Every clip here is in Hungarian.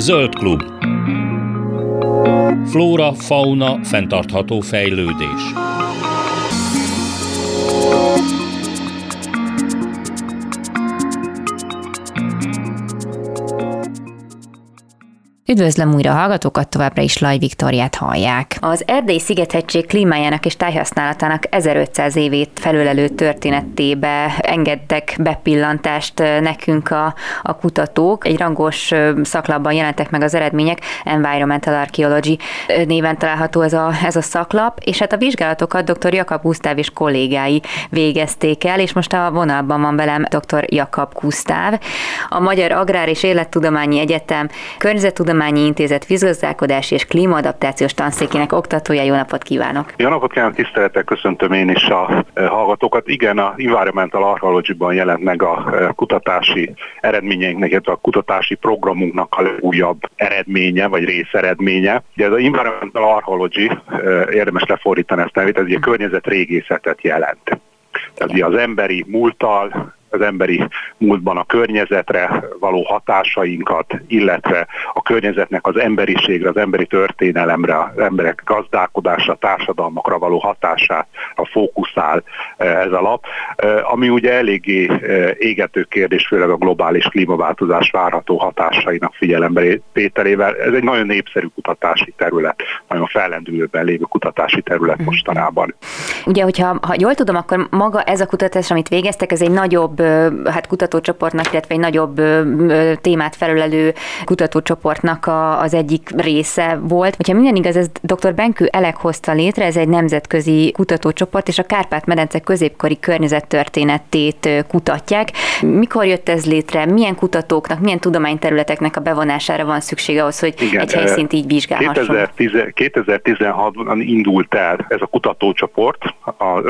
Zöld klub. Flóra, fauna, fenntartható fejlődés. Üdvözlöm újra a hallgatókat, továbbra is Laj Viktóriát hallják. Az Erdélyi Sziget-hegység klímájának és tájhasználatának 1500 évét felölelő történetébe engedtek bepillantást nekünk a kutatók. Egy rangos szaklapban jelentek meg az eredmények, Environmental Archaeology néven található ez a szaklap, és hát a vizsgálatokat dr. Jakab Gusztáv és kollégái végezték el, és most a vonalban van velem dr. Jakab Gusztáv, a Magyar Agrár és Élettudományi Egyetem Környezettudományi Intézet vízgazdálkodási és klímaadaptációs tanszékének oktatója. Jó napot kívánok! Jó napot kívánok, tisztelettel köszöntöm én is a hallgatókat. Igen, a Environmental Archaeology-ban jelent meg a kutatási eredményeinknek, illetve a kutatási programunknak a legújabb eredménye, vagy részeredménye. Ugye ez a Environmental Archaeology, érdemes lefordítani ezt nevét, ez ugye környezetrégészetet jelent. Tehát ugye az emberi múlttal, az emberi múltban a környezetre való hatásainkat, illetve a környezetnek az emberiségre, az emberi történelemre, az emberek gazdálkodásra, társadalmakra való hatását a fókuszál ez a lap, ami ugye eléggé égető kérdés, főleg a globális klímaváltozás várható hatásainak figyelembevételével. Ez egy nagyon népszerű kutatási terület, nagyon fellendülőben lévő kutatási terület mostanában. Ugye, hogyha jól tudom, akkor maga ez a kutatás, amit végeztek, ez egy nagyobb kutatócsoportnak, illetve egy nagyobb témát felölelő kutatócsoportnak az egyik része volt. Hogyha minden igaz, ez dr. Benkő Elek hozta létre, ez egy nemzetközi kutatócsoport, és a Kárpát-medence középkori környezettörténetét kutatják. Mikor jött ez létre? Milyen milyen tudományterületeknek a bevonására van szükség ahhoz, hogy egy helyszínt így vizsgálhassunk? 2016-ban indult el ez a kutatócsoport, az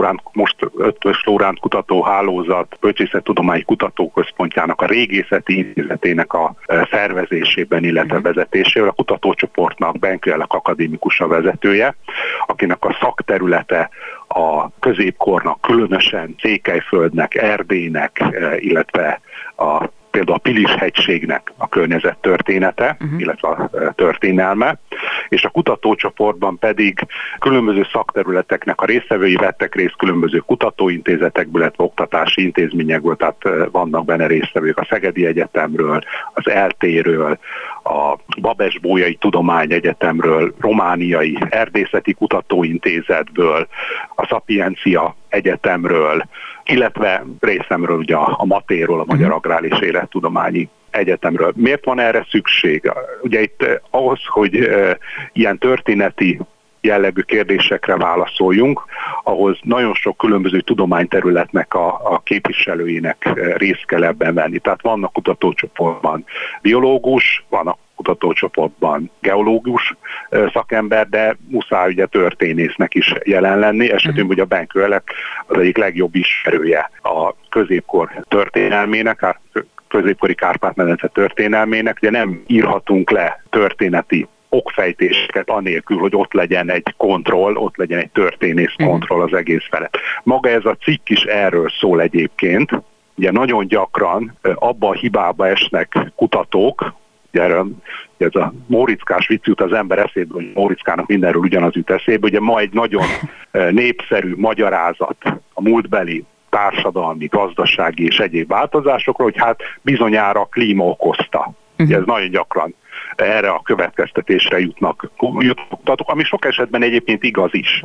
Ötvös Loránd Kutatóhálózat Bölcsészettudományi Kutatóközpontjának a Régészeti Intézetének a szervezésében, illetve vezetésével. A kutatócsoportnak Benkő Elek akadémikus a vezetője, akinek a szakterülete a középkornak, különösen Székelyföldnek, Erdélynek, illetve például a Pilis-hegységnek a környezettörténete, illetve a történelme, és a kutatócsoportban pedig különböző szakterületeknek a résztvevői vettek részt különböző kutatóintézetekből, illetve oktatási intézményekből, tehát vannak benne résztvevők a Szegedi Egyetemről, az ELTE-ről, a Babes-Bolyai Tudományegyetemről, Romániai Erdészeti Kutatóintézetből, a Szapiencia Egyetemről, illetve részemről ugye a Matéról, a Magyar Agrár és Élettudományi Egyetemről. Miért van erre szükség? Ugye itt ahhoz, hogy ilyen történeti jellegű kérdésekre válaszoljunk, ahhoz nagyon sok különböző tudományterületnek a képviselőinek részt kell ebben venni. Tehát vannak kutatócsoportban biológus, vannak kutatócsoportban geológus szakember, de muszáj ugye történésznek is jelen lenni. Esetünkben ugye a Benkő Elek az egyik legjobb ismerője a középkor történelmének, középkori Kárpát-medence történelmének. Ugye nem írhatunk le történeti okfejtéseket anélkül, hogy ott legyen egy kontroll, ott legyen egy történész kontroll az egész felett. Maga ez a cikk is erről szól egyébként. Ugye nagyon gyakran abba a hibába esnek kutatók, ugye ez a móriczkás vicc jut az ember eszébe, hogy Móriczkának mindenről ugyanaz jut eszébe, ugye ma egy nagyon népszerű magyarázat a múltbeli társadalmi, gazdasági és egyéb változásokról, hogy hát bizonyára a klíma okozta. Ugye ez nagyon gyakran erre a következtetésre jutnak kutatók, ami sok esetben egyébként igaz is.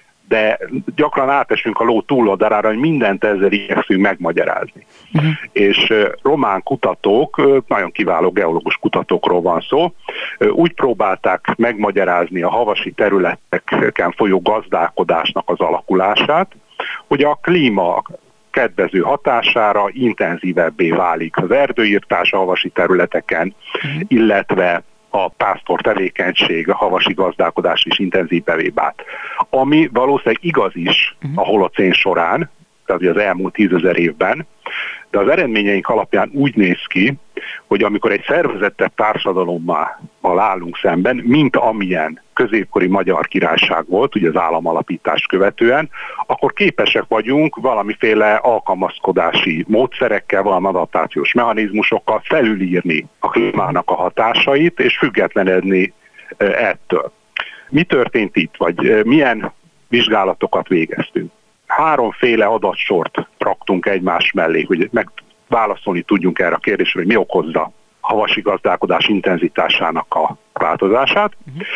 De gyakran átesünk a ló túloldalára, hogy mindent ezzel igyekszünk megmagyarázni. És román kutatók, nagyon kiváló geológus kutatókról van szó, úgy próbálták megmagyarázni a havasi területeken folyó gazdálkodásnak az alakulását, hogy a klíma kedvező hatására intenzívebbé válik az erdőirtás a havasi területeken, illetve a pásztor tevékenység, a havasi gazdálkodás is intenzívebbé vált. Ami valószínűleg igaz is a holocén során, tehát az elmúlt 10 000 évben, de az eredményeink alapján úgy néz ki, hogy amikor egy szervezettebb társadalommal állunk szemben, mint amilyen középkori Magyar Királyság volt, ugye az államalapítást követően, akkor képesek vagyunk valamiféle alkalmazkodási módszerekkel, valami adaptációs mechanizmusokkal felülírni a klímának a hatásait, és függetlenedni ettől. Mi történt itt, vagy milyen vizsgálatokat végeztünk? 3 adatsort raktunk egymás mellé, hogy válaszolni tudjunk erre a kérdésre, hogy mi okozza a havasi gazdálkodás intenzitásának a változását.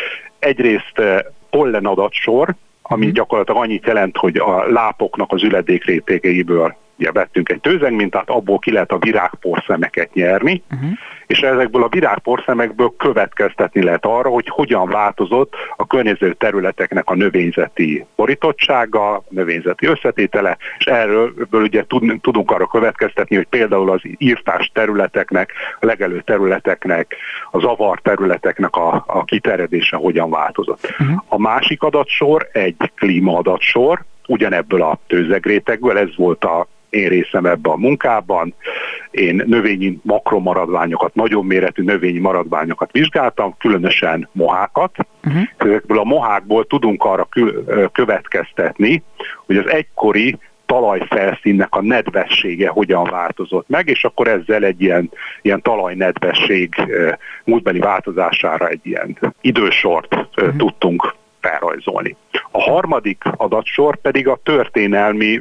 Egyrészt pollen adatsor, ami gyakorlatilag annyit jelent, hogy a lápoknak az üledék rétegeiből ugye vettünk egy tőzegmintát, abból ki lehet a virágporszemeket nyerni, és ezekből a virágporszemekből következtetni lehet arra, hogy hogyan változott a környező területeknek a növényzeti borítottsága, a növényzeti összetétele, és erről ugye tudunk arra következtetni, hogy például az írtás területeknek, a legelő területeknek, a zavar területeknek a kiterjedése hogyan változott. A másik adatsor egy klímaadatsor, ugyanebből a tőzegrétegből, ez volt a én részem ebben a munkában. Én növényi makromaradványokat, nagyobb méretű növényi maradványokat vizsgáltam, különösen mohákat. Ezekből a mohákból tudunk arra következtetni, hogy az egykori talajfelszínnek a nedvessége hogyan változott meg, és akkor ezzel egy ilyen talajnedvesség múltbeli változására egy ilyen idősort tudtunk felrajzolni. A harmadik adatsor pedig a történelmi,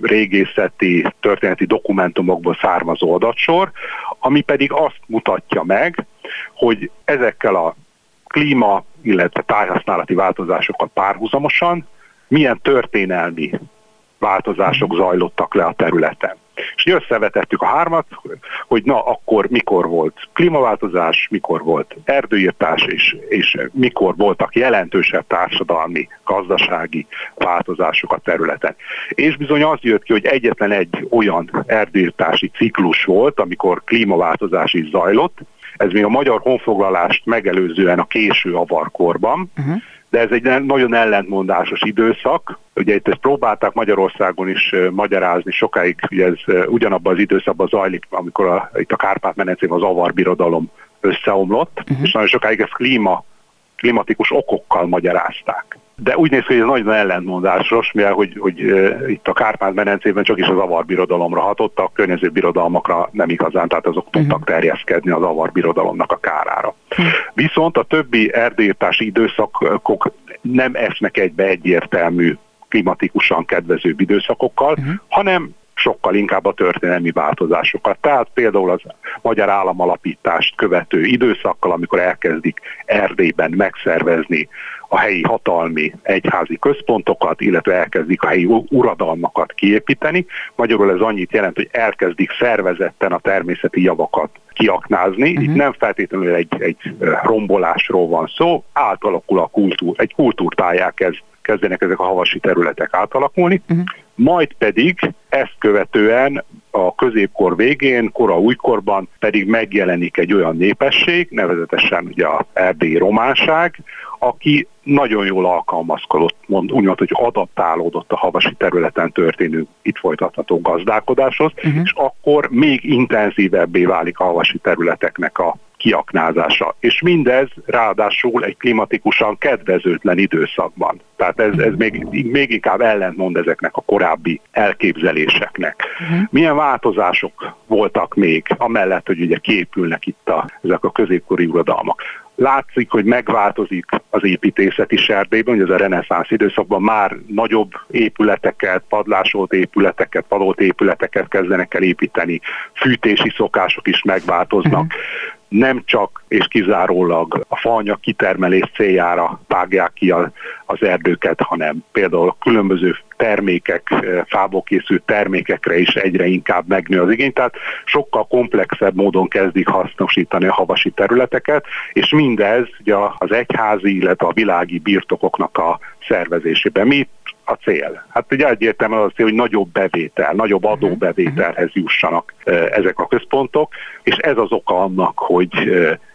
történeti dokumentumokból származó adatsor, ami pedig azt mutatja meg, hogy ezekkel a klíma, illetve tájhasználati változásokkal párhuzamosan milyen történelmi változások zajlottak le a területen. És összevetettük a 3, hogy na akkor mikor volt klímaváltozás, mikor volt erdőirtás, és mikor voltak jelentősebb társadalmi, gazdasági változások a területen. És bizony az jött ki, hogy egyetlen egy olyan erdőirtási ciklus volt, amikor klímaváltozás is zajlott, ez még a magyar honfoglalást megelőzően a késő avarkorban, de ez egy nagyon ellentmondásos időszak. Ugye itt ezt próbálták Magyarországon is magyarázni sokáig, ugye ez ugyanabban az időszakban zajlik, amikor itt a Kárpát-medencében az avarbirodalom összeomlott, és nagyon sokáig ezt klimatikus okokkal magyarázták. De úgy néz ki, hogy ez nagyon ellentmondásos, mivel hogy itt a Kárpát-medencében csak is az avarbirodalomra hatottak, a környező birodalmakra nem igazán, tehát azok tudtak terjeszkedni az avarbirodalomnak a kárára. Viszont a többi erdőirtási időszakok nem esnek egybe egyértelmű klimatikusan kedvezőbb időszakokkal, hanem sokkal inkább a történelmi változásokat. Tehát például az magyar államalapítást követő időszakkal, amikor elkezdik Erdélyben megszervezni a helyi hatalmi egyházi központokat, illetve elkezdik a helyi uradalmakat kiépíteni. Magyarul ez annyit jelent, hogy elkezdik szervezetten a természeti javakat kiaknázni. Itt nem feltétlenül egy rombolásról van szó, átalakul a egy kultúrtájá kezdenek ezek a havasi területek átalakulni, majd pedig ezt követően a középkor végén, kora újkorban pedig megjelenik egy olyan népesség, nevezetesen ugye az erdélyi románság, aki nagyon jól alkalmazkodott, úgymond, hogy adaptálódott a havasi területen történő itt folytatható gazdálkodáshoz, és akkor még intenzívebbé válik a havasi területeknek a kiaknázása. És mindez ráadásul egy klimatikusan kedvezőtlen időszakban. Tehát ez még inkább ellentmond ezeknek a korábbi elképzeléseknek. Milyen változások voltak még, amellett, hogy ugye kiépülnek itt ezek a középkori uradalmak. Látszik, hogy megváltozik az építészet is Erdélyben, hogy ez a reneszánsz időszakban már nagyobb épületeket, padlásolt épületeket, padott épületeket kezdenek el építeni, fűtési szokások is megváltoznak. Nem csak és kizárólag a faanyag kitermelés céljára vágják ki az erdőket, hanem például a különböző termékek, fából készült termékekre is egyre inkább megnő az igény, tehát sokkal komplexebb módon kezdik hasznosítani a havasi területeket, és mindez ugye az egyházi, illetve a világi birtokoknak a szervezésében. Mi a cél? Hát ugye egyértelműen az cél, hogy nagyobb bevétel, nagyobb adóbevételhez jussanak ezek a központok, és ez az oka annak, hogy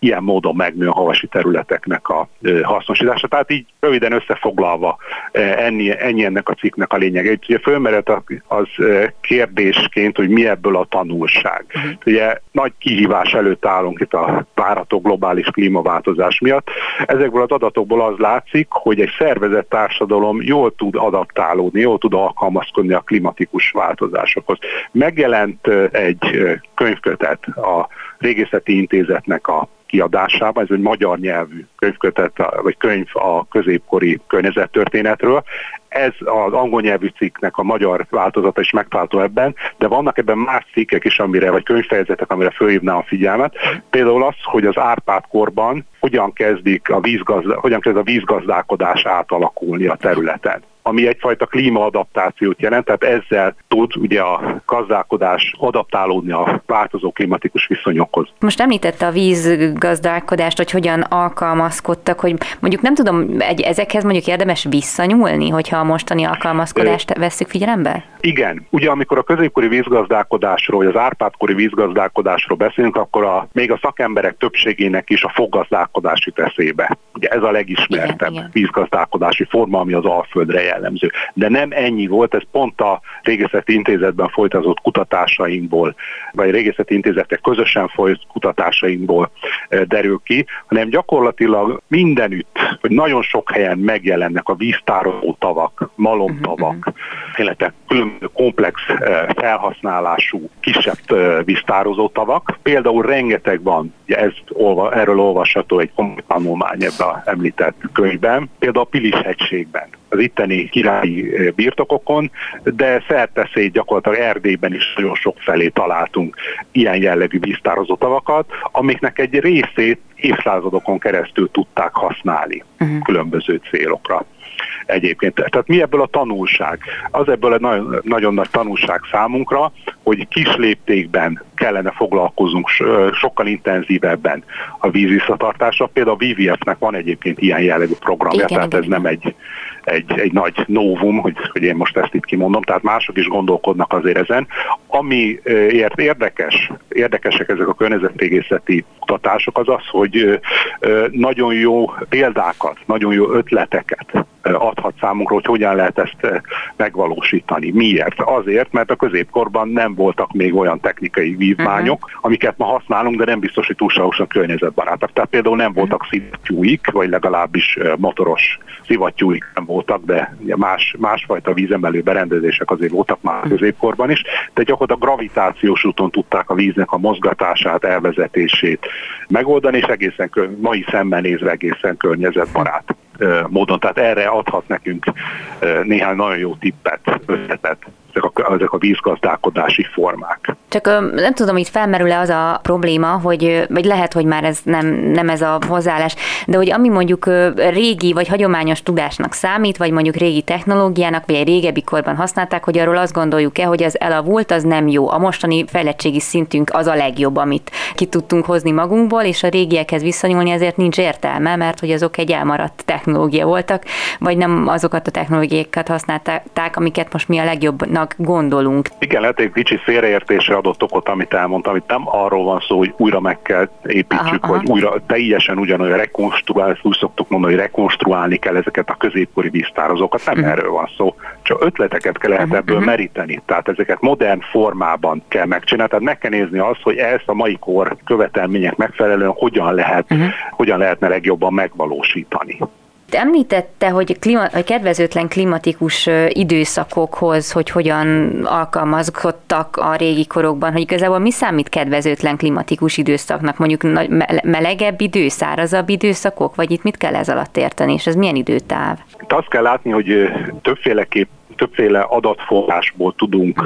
ilyen módon megnő a havasi területeknek a hasznosítása. Tehát így röviden összefoglalva ennyi ennek a cikknek a lényege. Ugye fölmerült az kérdésként, hogy mi ebből a tanulság. Ugye nagy kihívás előtt állunk itt a várható globális klímaváltozás miatt. Ezekből az adatokból az látszik, hogy egy szervezett társadalom jól tud adaptálódni, jól tud alkalmazkodni a klimatikus változásokhoz. Megjelent egy könyvkötet a Régészeti Intézetnek a kiadásában, ez egy magyar nyelvű könyvkötet, vagy könyv a középkori környezettörténetről. Ez az angol nyelvű cikknek a magyar változata is megtalálható ebben, de vannak ebben más cikkek is, vagy könyvfejezetek, amire fölhívnám a figyelmet. Például az, hogy az Árpád-korban hogyan kezd a vízgazdálkodás átalakulni a területen, ami egyfajta klímaadaptációt jelent, tehát ezzel tud ugye a gazdálkodás adaptálódni a változó klimatikus viszonyokhoz. Most említette a vízgazdálkodást, hogy hogyan alkalmazkodtak, hogy mondjuk nem tudom, ezekhez mondjuk érdemes visszanyúlni, hogyha a mostani alkalmazkodást vesszük figyelembe? Igen. Ugye amikor a középkori vízgazdálkodásról, vagy az Árpád-kori vízgazdálkodásról beszélünk, akkor még a szakemberek többségének is a foggazdálkodás jut eszébe. Ugye ez a legismertebb vízgazdálkodási forma, ami az Alföldre jellemző. De nem ennyi volt, ez pont a Régészeti Intézetben folytatott kutatásainkból, vagy Régészeti Intézetek közösen folyt kutatásainkból derül ki, hanem gyakorlatilag mindenütt, hogy nagyon sok helyen megjelennek a víztároló tavak, malomtavak, illetve különböző komplex felhasználású kisebb víztározó tavak. Például rengeteg van, erről olvasható egy komoly tanulmány ebben az említett könyvben, például a Pilis-hegységben, az itteni királyi birtokokon, de szerteszét gyakorlatilag Erdélyben is nagyon sok felé találtunk ilyen jellegű víztározó tavakat, amiknek egy részét évszázadokon keresztül tudták használni különböző célokra. Egyébként. Tehát mi ebből a tanulság? Az ebből egy nagyon, nagyon nagy tanulság számunkra, hogy kis léptékben kellene foglalkozunk sokkal intenzívebben a vízvisszatartással. Például a WWF-nek van egyébként ilyen jellegű programja, tehát ez nem egy nagy novum, hogy én most ezt itt kimondom, tehát mások is gondolkodnak azért ezen. Amiért érdekesek ezek a környezetrégészeti kutatások, az az, hogy nagyon jó példákat, nagyon jó ötleteket adhat számunkra, hogy hogyan lehet ezt megvalósítani. Miért? Azért, mert a középkorban nem voltak még olyan technikai vívmányok, amiket ma használunk, de nem biztos, hogy túlságosan környezetbarátak. Tehát például nem voltak szivattyúik, vagy legalábbis motoros szivattyúik nem voltak, de másfajta vízemelő berendezések azért voltak már a középkorban is, de gyakorlatilag gravitációs úton tudták a víznek a mozgatását, elvezetését megoldani, és mai szemmel nézve egészen környezetbarát módon. Tehát erre adhat nekünk néhány nagyon jó tippet, ötletet ezek a vízgazdálkodási formák. Csak nem tudom, itt felmerül-e az a probléma, vagy lehet, hogy már ez nem ez a hozzáállás, de hogy ami mondjuk régi vagy hagyományos tudásnak számít, vagy mondjuk régi technológiának, vagy egy régebbi korban használták, hogy arról azt gondoljuk-e, hogy az elavult, az nem jó. A mostani fejlettségi szintünk az a legjobb, amit ki tudtunk hozni magunkból, és a régiekhez visszanyúlni ezért nincs értelme, mert hogy azok egy elmaradt technológia voltak, vagy nem azokat a technológiákat használták, amiket most mi a legjobbnak gondolunk. Igen, lehet egy kicsi félreértésre adott okot, amit elmondtam, itt nem arról van szó, hogy újra meg kell építsük, vagy újra teljesen ugyanolyan rekonstruálni, úgy szoktuk mondani, hogy rekonstruálni kell ezeket a középkori víztározókat, nem erről van szó, csak ötleteket kell lehet ebből meríteni, tehát ezeket modern formában kell megcsinálni, tehát meg kell nézni azt, hogy ezt a mai kor követelmények megfelelően hogyan lehetne legjobban megvalósítani. Említette, hogy kedvezőtlen klimatikus időszakokhoz, hogy hogyan alkalmazkodtak a régi korokban, hogy igazából mi számít kedvezőtlen klimatikus időszaknak, mondjuk melegebb idő, szárazabb időszakok, vagy itt mit kell ez alatt érteni, és ez milyen időtáv? Itt azt kell látni, hogy többféle adatforrásból tudunk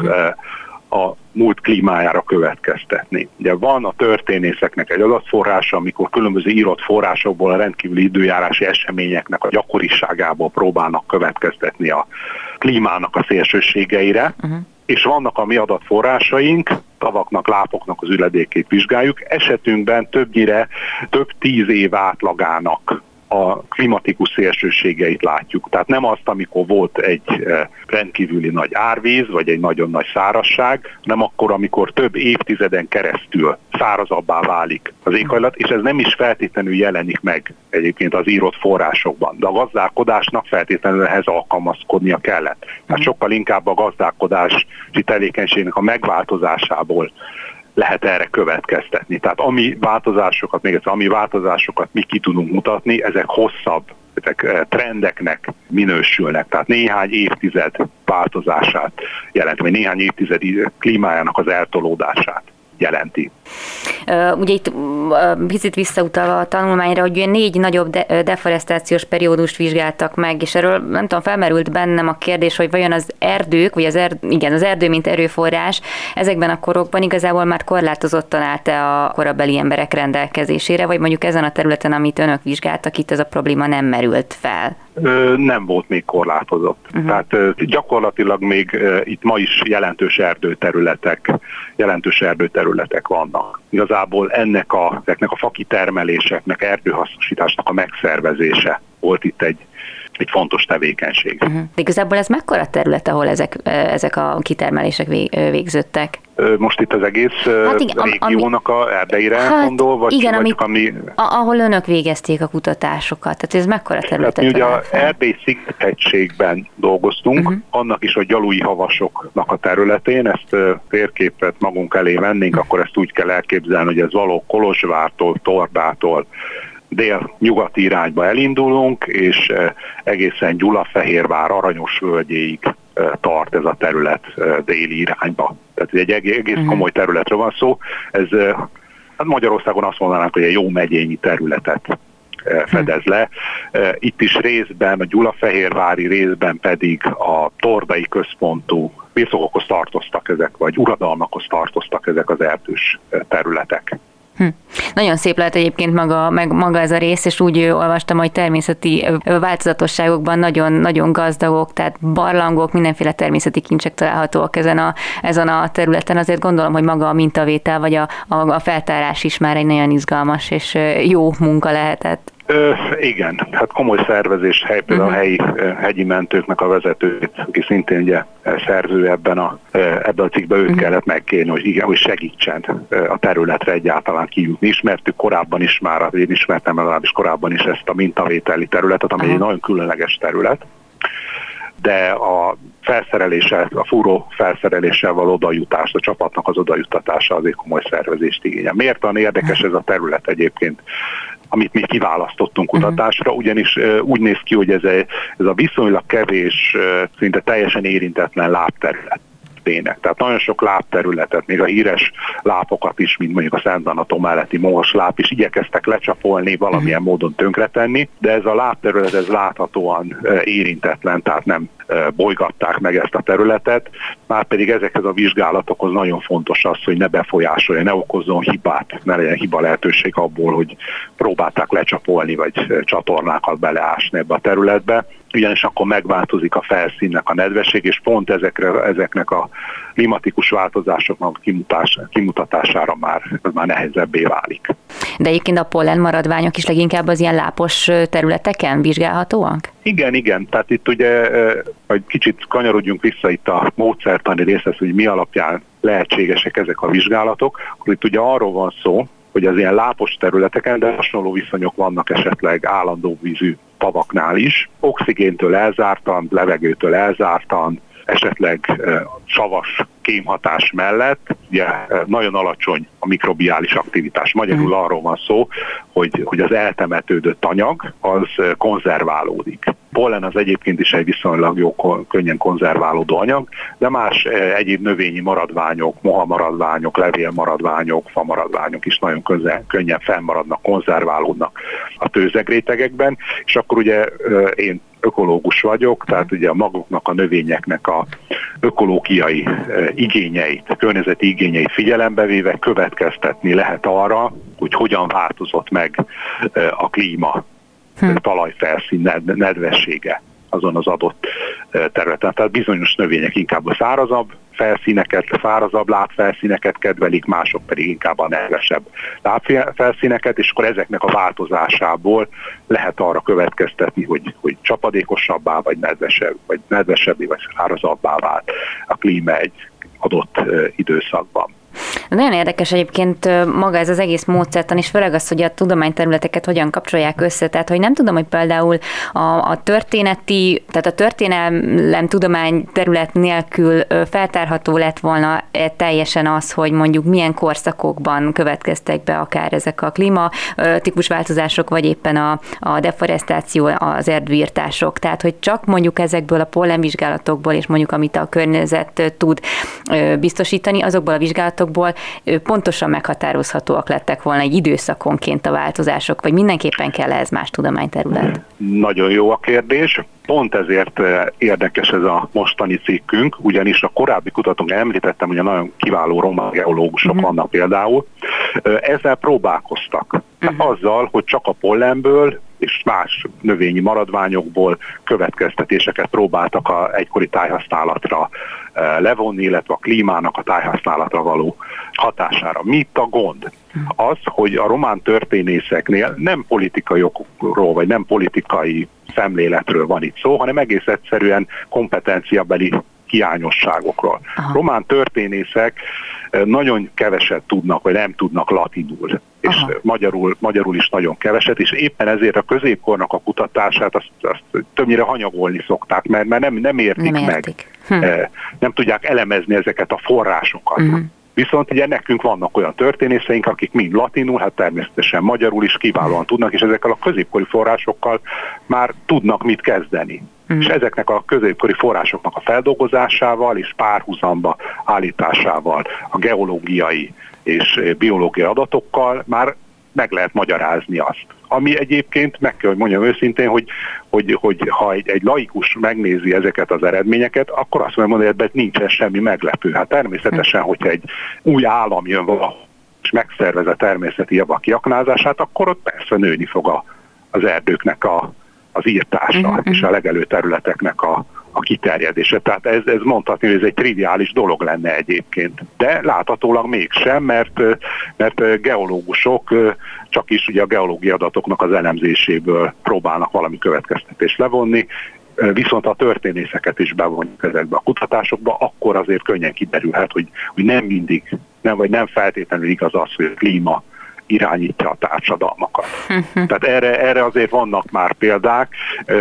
a múlt klímájára következtetni. Ugye van a történészeknek egy adatforrása, amikor különböző írott forrásokból a rendkívüli időjárási eseményeknek a gyakoriságából próbálnak következtetni a klímának a szélsőségeire, és vannak a mi adatforrásaink, tavaknak, lápoknak az üledékét vizsgáljuk, esetünkben több 10 év átlagának a klimatikus szélsőségeit látjuk. Tehát nem azt, amikor volt egy rendkívüli nagy árvíz, vagy egy nagyon nagy szárazság, hanem akkor, amikor több évtizeden keresztül szárazabbá válik az éghajlat, és ez nem is feltétlenül jelenik meg egyébként az írott forrásokban. De a gazdálkodásnak feltétlenül ehhez alkalmazkodnia kellett. Tehát sokkal inkább a gazdálkodási tevékenységnek a megváltozásából lehet erre következtetni. Tehát ami változásokat mi ki tudunk mutatni, ezek hosszabb, ezek trendeknek minősülnek. Tehát néhány évtized változását jelenti, vagy néhány évtized klímájának az eltolódását jelenti. Ugye itt picit visszautalva a tanulmányra, hogy 4 nagyobb deforestációs periódust vizsgáltak meg, és erről nem tudom, felmerült bennem a kérdés, hogy vajon az erdők, vagy az erdő, mint erőforrás, ezekben a korokban igazából már korlátozottan állt-e a korabeli emberek rendelkezésére, vagy mondjuk ezen a területen, amit önök vizsgáltak, itt ez a probléma nem merült fel? Nem volt még korlátozott. Tehát gyakorlatilag még itt ma is jelentős erdőterületek vannak. Igazából ezeknek a fakitermeléseknek, erdőhasznosításnak a megszervezése volt itt egy fontos tevékenység. De igazából ez mekkora terület, ahol ezek a kitermelések végződtek? Most itt az egész régiónak a erdeire gondol, vagy igen, csak ami... ahol önök végezték a kutatásokat. Tehát ez mekkora területet? Mi ugye az Erdély-sziget-hegységben dolgoztunk, annak is a gyalui havasoknak a területén, ezt térképet magunk elé vennénk, akkor ezt úgy kell elképzelni, hogy ez való Kolozsvártól, Tordától, dél-nyugati irányba elindulunk, és egészen Gyulafehérvár, Aranyosvölgyéig tart ez a terület déli irányba. Tehát egy egész komoly területről van szó. Ez Magyarországon azt mondanánk, hogy egy jó megyényi területet fedez le. Itt is részben, a gyulafehérvári részben pedig a tordai központú birtokokhoz tartoztak ezek, vagy uradalmakhoz tartoztak ezek az erdős területek. Nagyon szép lehet egyébként maga ez a rész, és úgy olvastam, hogy természeti változatosságokban nagyon, nagyon gazdagok, tehát barlangok, mindenféle természeti kincsek találhatóak ezen a területen. Azért gondolom, hogy maga a mintavétel, vagy a feltárás is már egy nagyon izgalmas és jó munka lehetett. Igen, hát komoly szervezés, például a helyi hegyi mentőknek a vezetőt, aki szintén ugye szerző ebben a cikkben, őt kellett megkérni, hogy segítsen a területre egyáltalán kijutni. Ismertük korábban is már, én ismertem legalábbis korábban is ezt a mintavételi területet, ami egy nagyon különleges terület, de a fúró felszereléssel való odajutást, a csapatnak az odajuttatása azért komoly szervezést igényel. Miért olyan érdekes ez a terület egyébként, amit mi kiválasztottunk kutatásra, ugyanis úgy néz ki, hogy ez a viszonylag kevés, szinte teljesen érintetlen lábterület. Tehát nagyon sok lábterületet, még a híres lápokat is, mint mondjuk a Szent Anna-tó melletti mohos láp is igyekeztek lecsapolni, valamilyen módon tönkretenni, de ez a lábterület ez láthatóan érintetlen, tehát nem bolygatták meg ezt a területet, márpedig ezekhez a vizsgálatokhoz nagyon fontos az, hogy ne befolyásolja, ne okozzon hibát, ne legyen hiba lehetőség abból, hogy próbálták lecsapolni, vagy csatornákat beleásni ebbe a területbe, ugyanis akkor megváltozik a felszínnek a nedvesség, és pont ezeknek a klimatikus változásoknak kimutatására már nehezebbé válik. De egyébként a pollen maradványok is leginkább az ilyen lápos területeken vizsgálhatóak? Igen. Tehát itt ugye, hogy kicsit kanyarodjunk vissza itt a módszertani részhez, hogy mi alapján lehetségesek ezek a vizsgálatok, akkor itt ugye arról van szó, hogy az ilyen lápos területeken, de hasonló viszonyok vannak esetleg állandó vízű tavaknál is, oxigéntől elzártan, levegőtől elzártan, esetleg savas kémhatás mellett, ugye nagyon alacsony a mikrobiális aktivitás. Magyarul arról van szó, hogy az eltemetődött anyag az konzerválódik. Pollen az egyébként is egy viszonylag jó, könnyen konzerválódó anyag, de más egyéb növényi maradványok, mohamaradványok, levélmaradványok, famaradványok is nagyon könnyen fennmaradnak, konzerválódnak a tőzegrétegekben, és akkor ugye én ökológus vagyok, tehát ugye maguknak a növényeknek a ökológiai igényeit, környezeti igényeit figyelembe véve következtetni lehet arra, hogy hogyan változott meg a klíma, talajfelszín nedvessége azon az adott területen. Tehát bizonyos növények inkább a szárazabb lábfelszíneket kedvelik, mások pedig inkább a nedvesebb lábfelszíneket, és akkor ezeknek a változásából lehet arra következtetni, hogy csapadékosabbá, vagy nedvesebbé, vagy szárazabbá vált a klíma egy adott időszakban. Nagyon érdekes egyébként maga ez az egész módszertan, és főleg az, hogy a tudományterületeket hogyan kapcsolják össze. Tehát, hogy nem tudom, hogy például a történelem tudomány terület nélkül feltárható lett volna teljesen az, hogy mondjuk milyen korszakokban következtek be akár ezek a klímatípus változások, vagy éppen a deforestáció, az erdőirtások. Tehát, hogy csak mondjuk ezekből a pollenvizsgálatokból, és mondjuk amit a környezet tud biztosítani, azokból a vizsgálatokból pontosan meghatározhatóak lettek volna egy időszakonként a változások, vagy mindenképpen kell ez más tudományterület? Nagyon jó a kérdés. Pont ezért érdekes ez a mostani cikkünk, ugyanis a korábbi kutatók említettem, hogy a nagyon kiváló román geológusok vannak például. Ezzel próbálkoztak. Azzal, hogy csak a pollenből és más növényi maradványokból következtetéseket próbáltak a egykori tájhasználatra levonni, illetve a klímának a tájhasználatra való hatására. Mi itt a gond? Az, hogy a román történészeknél nem politikai okokról, vagy nem politikai szemléletről van itt szó, hanem egész egyszerűen kompetenciabeli hiányosságokról. Román történészek nagyon keveset tudnak, vagy nem tudnak latinul, és magyarul is nagyon keveset, és éppen ezért a középkornak a kutatását azt többnyire hanyagolni szokták, mert nem értik meg. Nem tudják elemezni ezeket a forrásokat. Viszont ugye nekünk vannak olyan történészeink, akik mind latinul, hát természetesen magyarul is kiválóan tudnak, és ezekkel a középkori forrásokkal már tudnak mit kezdeni. És ezeknek a középkori forrásoknak a feldolgozásával és párhuzamba állításával, a geológiai és biológiai adatokkal már meg lehet magyarázni azt. Ami egyébként, meg kell, hogy mondjam őszintén, hogy ha egy laikus megnézi ezeket az eredményeket, akkor azt mondja, hogy ebben nincsen semmi meglepő. Hát természetesen, hogyha egy új állam jön valahol, és megszervez a természeti javak kiaknázását, akkor ott persze nőni fog az erdőknek az írtása, és a legelő területeknek a kiterjedése. Tehát ez mondhatni, hogy ez egy triviális dolog lenne egyébként. De láthatólag mégsem, mert geológusok csak is ugye a geológiai adatoknak az elemzéséből próbálnak valami következtetést levonni, viszont ha a történészeket is bevonjuk ezekbe a kutatásokba, akkor azért könnyen kiderülhet, hogy nem mindig, nem feltétlenül igaz az, hogy a klíma irányítja a társadalmakat. Tehát erre azért vannak már példák.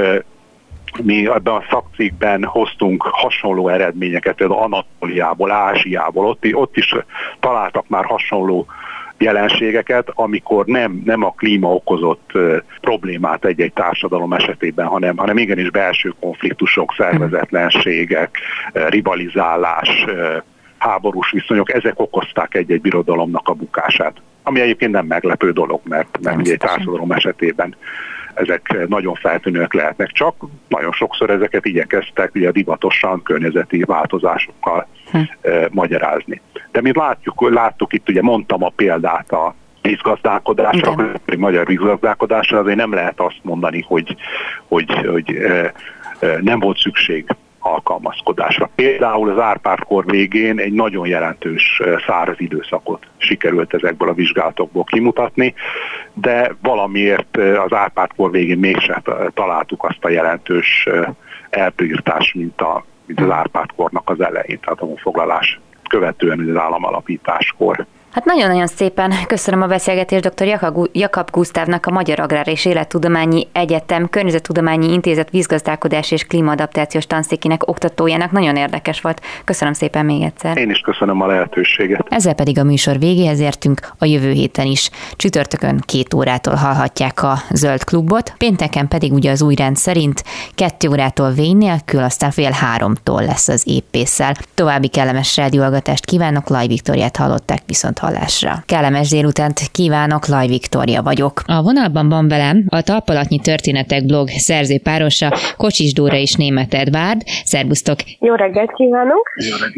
Mi ebben a szakcikkben hoztunk hasonló eredményeket, például Anatóliából, Ázsiából, ott is találtak már hasonló jelenségeket, amikor nem a klíma okozott problémát egy-egy társadalom esetében, hanem igenis belső konfliktusok, szervezetlenségek, rivalizálás, háborús viszonyok, ezek okozták egy-egy birodalomnak a bukását. Ami egyébként nem meglepő dolog, mert egy társadalom esetében ezek nagyon feltűnőek lehetnek, csak nagyon sokszor ezeket igyekeztek ugye divatosan környezeti változásokkal magyarázni. De mi láttuk itt, ugye mondtam a példát a vízgazdálkodásra, a magyar vízgazdálkodásra, azért nem lehet azt mondani, hogy nem volt szükség alkalmazkodásra. Például az Árpád-kor végén egy nagyon jelentős száraz időszakot sikerült ezekből a vizsgálatokból kimutatni, de valamiért az Árpád-kor végén mégsem találtuk azt a jelentős erdőirtást, mint az Árpád-kornak az elején, tehát a honfoglalás követően az államalapításkor. Hát nagyon-nagyon szépen köszönöm a beszélgetést dr. Jakab Gusztávnak, a Magyar Agrár és Élettudományi Egyetem Környezettudományi Intézet vízgazdálkodás és klímaadaptációs tanszékének oktatójának. Nagyon érdekes volt. Köszönöm szépen még egyszer. Én is köszönöm a lehetőséget. Ezzel pedig a műsor végéhez értünk, a jövő héten is. Csütörtökön 2 órától hallhatják a Zöld Klubot, pénteken pedig ugye az új rend szerint 2 órától vény nélkül, aztán 2:30-tól lesz az épésszel. További kellemes rádióhallgatást kívánok, Laj Viktóriát hallották, viszont hallásra. Kellemes délutánt kívánok, Laj Viktória vagyok. A vonalban van velem a Talpalatnyi Történetek blog szerzőpárosa, Kocsis Dóra és Németh Edvárd. Szerbusztok! Jó reggelt kívánok! Jó reggelt!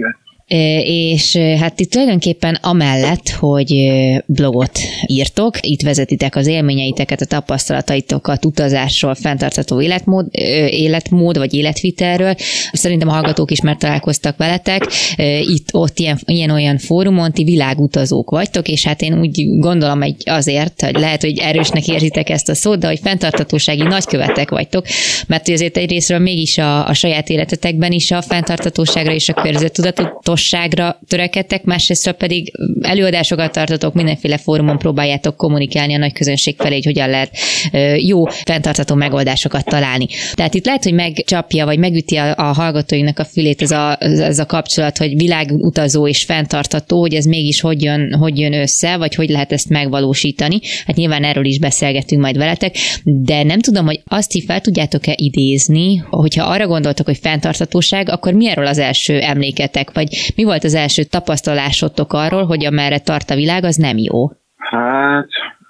és hát itt tulajdonképpen amellett, hogy blogot írtok, itt vezetitek az élményeiteket, a tapasztalataitokat utazásról, fenntartható életmód vagy életvitelről. Szerintem a hallgatók is már találkoztak veletek. Itt-ott ilyen-olyan fórumon ti világutazók vagytok, és hát én úgy gondolom, hogy azért, hogy lehet, hogy erősnek érzitek ezt a szót, de hogy fenntarthatósági nagykövetek vagytok, mert azért egyrészről mégis a saját életetekben is a fenntarthatóságra és a környezettudatosságra törekedtek, másrésztről pedig előadásokat tartotok, mindenféle fórumon próbáljátok kommunikálni a nagy közönség felé, hogy hogyan lehet jó, fenntartható megoldásokat találni. Tehát itt lehet, hogy megcsapja, vagy megüti a hallgatóinknak a fülét ez a kapcsolat, hogy világutazó és fenntartható, hogy ez mégis hogy jön össze, vagy hogy lehet ezt megvalósítani. Hát nyilván erről is beszélgetünk majd veletek, de nem tudom, hogy azt így fel tudjátok-e idézni, hogyha arra gondoltok, hogy fenntarthatóság, akkor mi erről az első emléketek, vagy mi volt az első tapasztalásotok arról, hogy amerre tart a világ, az nem jó? Hát,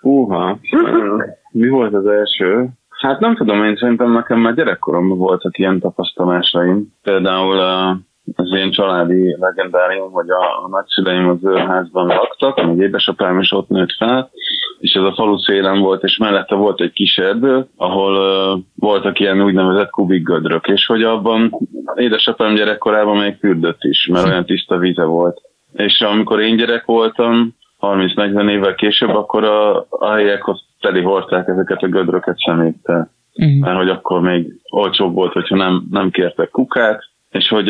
mi volt az első? Hát nem tudom, én szerintem nekem már gyerekkoromban voltak ilyen tapasztalásaim. Például az ilyen családi legendárium, hogy a nagyszüleim az őrházban laktak, még édesapám is ott nőtt fel, és ez a falu szélen volt, és mellette volt egy kis erdő, ahol voltak ilyen úgynevezett kubikgödrök, és hogy abban édesapám gyerekkorában még fürdött is, mert olyan tiszta víze volt. És amikor én gyerek voltam, 30-40 évvel később, akkor a helyiek teli hordták ezeket a gödröket szeméttel. Mert hogy akkor még olcsóbb volt, hogyha nem kértek kukát, és hogy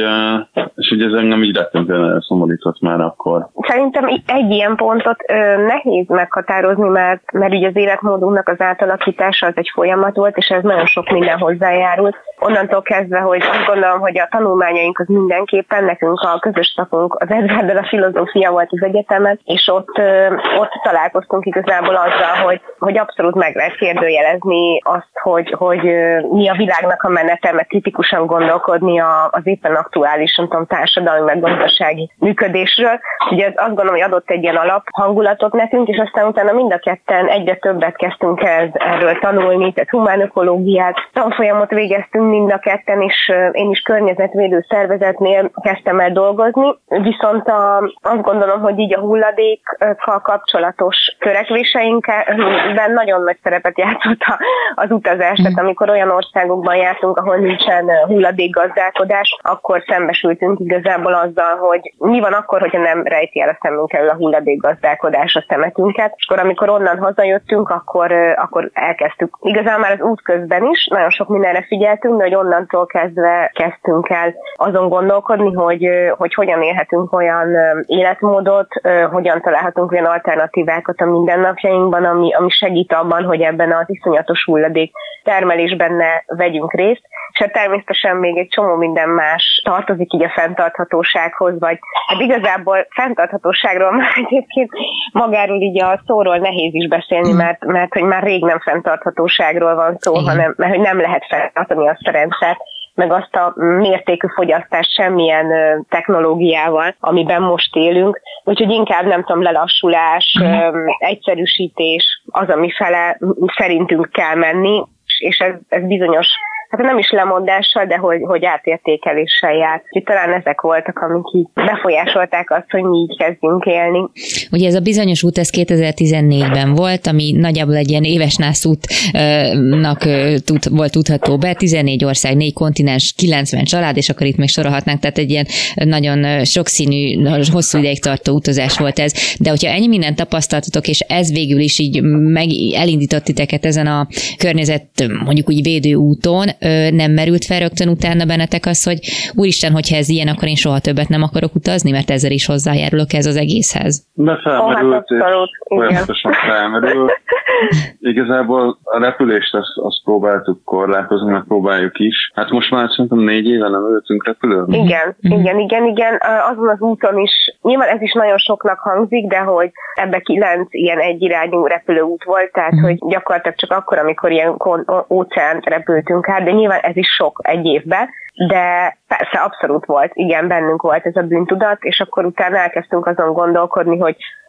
ez engem így rettentően elszomorított már akkor. Szerintem egy ilyen pontot nehéz meghatározni, mert ugye az életmódunknak az átalakítása az egy folyamat volt, és ez nagyon sok minden hozzájárult. Onnantól kezdve, hogy azt gondolom, hogy a tanulmányaink az mindenképpen, nekünk a közös szakunk az Edwarddal a filozófia volt az egyetemen, és ott találkoztunk igazából azzal, hogy abszolút meg lehet kérdőjelezni azt, hogy mi a világnak a menete, meg kritikusan gondolkodni az éppen aktuális, nem tudom, társadalmi meg gazdasági működésről. Ugye azt gondolom, hogy adott egy ilyen alaphangulatot nekünk, és aztán utána mind a ketten egyre többet kezdtünk erről tanulni, tehát humánökológiát, tanfolyamot végeztünk mind a ketten, és én is környezetvédő szervezetnél kezdtem el dolgozni, viszont azt gondolom, hogy így a hulladékkal kapcsolatos törekvéseinkben nagyon nagy szerepet játszott az utazás, tehát amikor olyan országokban jártunk, ahol nincsen hulladékgazdálkodás, akkor szembesültünk igazából azzal, hogy mi van akkor, hogyha nem rejti el a szemünk elől a hulladékgazdálkodás a szemetünket, és akkor amikor onnan hazajöttünk, akkor elkezdtük. Igazán már az út közben is nagyon sok mindenre figyeltünk, de hogy onnantól kezdve kezdtünk el azon gondolkodni, hogy hogyan élhetünk olyan életmódot, hogyan találhatunk olyan alternatívákat a mindennapjainkban, ami segít abban, hogy ebben az iszonyatos hulladék termelésben ne vegyünk részt, és természetesen még egy csomó minden más tartozik így a fenntarthatósághoz, vagy hát igazából fenntarthatóságról már egyébként magáról így a szóról nehéz is beszélni, mert hogy már rég nem fenntarthatóságról van szó, hanem mert hogy nem lehet fenntartani azt a rendszert, meg azt a mértékű fogyasztást semmilyen technológiával, amiben most élünk. Úgyhogy inkább, nem tudom, lelassulás, egyszerűsítés az, ami fele szerintünk kell menni, és ez bizonyos, hát nem is lemondással, de hogy átértékeléssel járt. Úgyhogy talán ezek voltak, amik így befolyásolták azt, hogy mi így kezdjünk élni. Ugye ez a bizonyos út, ez 2014-ben volt, ami nagyjából egy ilyen éves nászútnak volt tudható be, 14 ország, 4 kontinens, 90 család, és akkor itt még sorolhatnánk, tehát egy ilyen nagyon sokszínű, hosszú ideig tartó utazás volt ez. De hogyha ennyi mindent tapasztaltatok, és ez végül is így elindított titeket ezen a környezet, mondjuk úgy védő úton, nem merült fel rögtön utána bennetek az, hogy úristen, hogyha ez ilyen, akkor én soha többet nem akarok utazni, mert ezzel is hozzájárulok ez az egészhez. De felmerült, folyamatosan felmerült. Igazából a repülést azt próbáltuk korlátozni, meg próbáljuk is. Hát most már szerintem 4 éve nem ültünk repülőn. Igen. Azon az úton is, nyilván ez is nagyon soknak hangzik, de hogy ebbe 9 ilyen egyirányú repülőút volt, tehát hogy gyakorlatilag csak akkor, amikor ilyen óceánt repültünk át, de nyilván ez is sok egy évben, de persze abszolút volt, igen, bennünk volt ez a bűntudat, és akkor utána elkezdtünk azon gondolkodni, hogy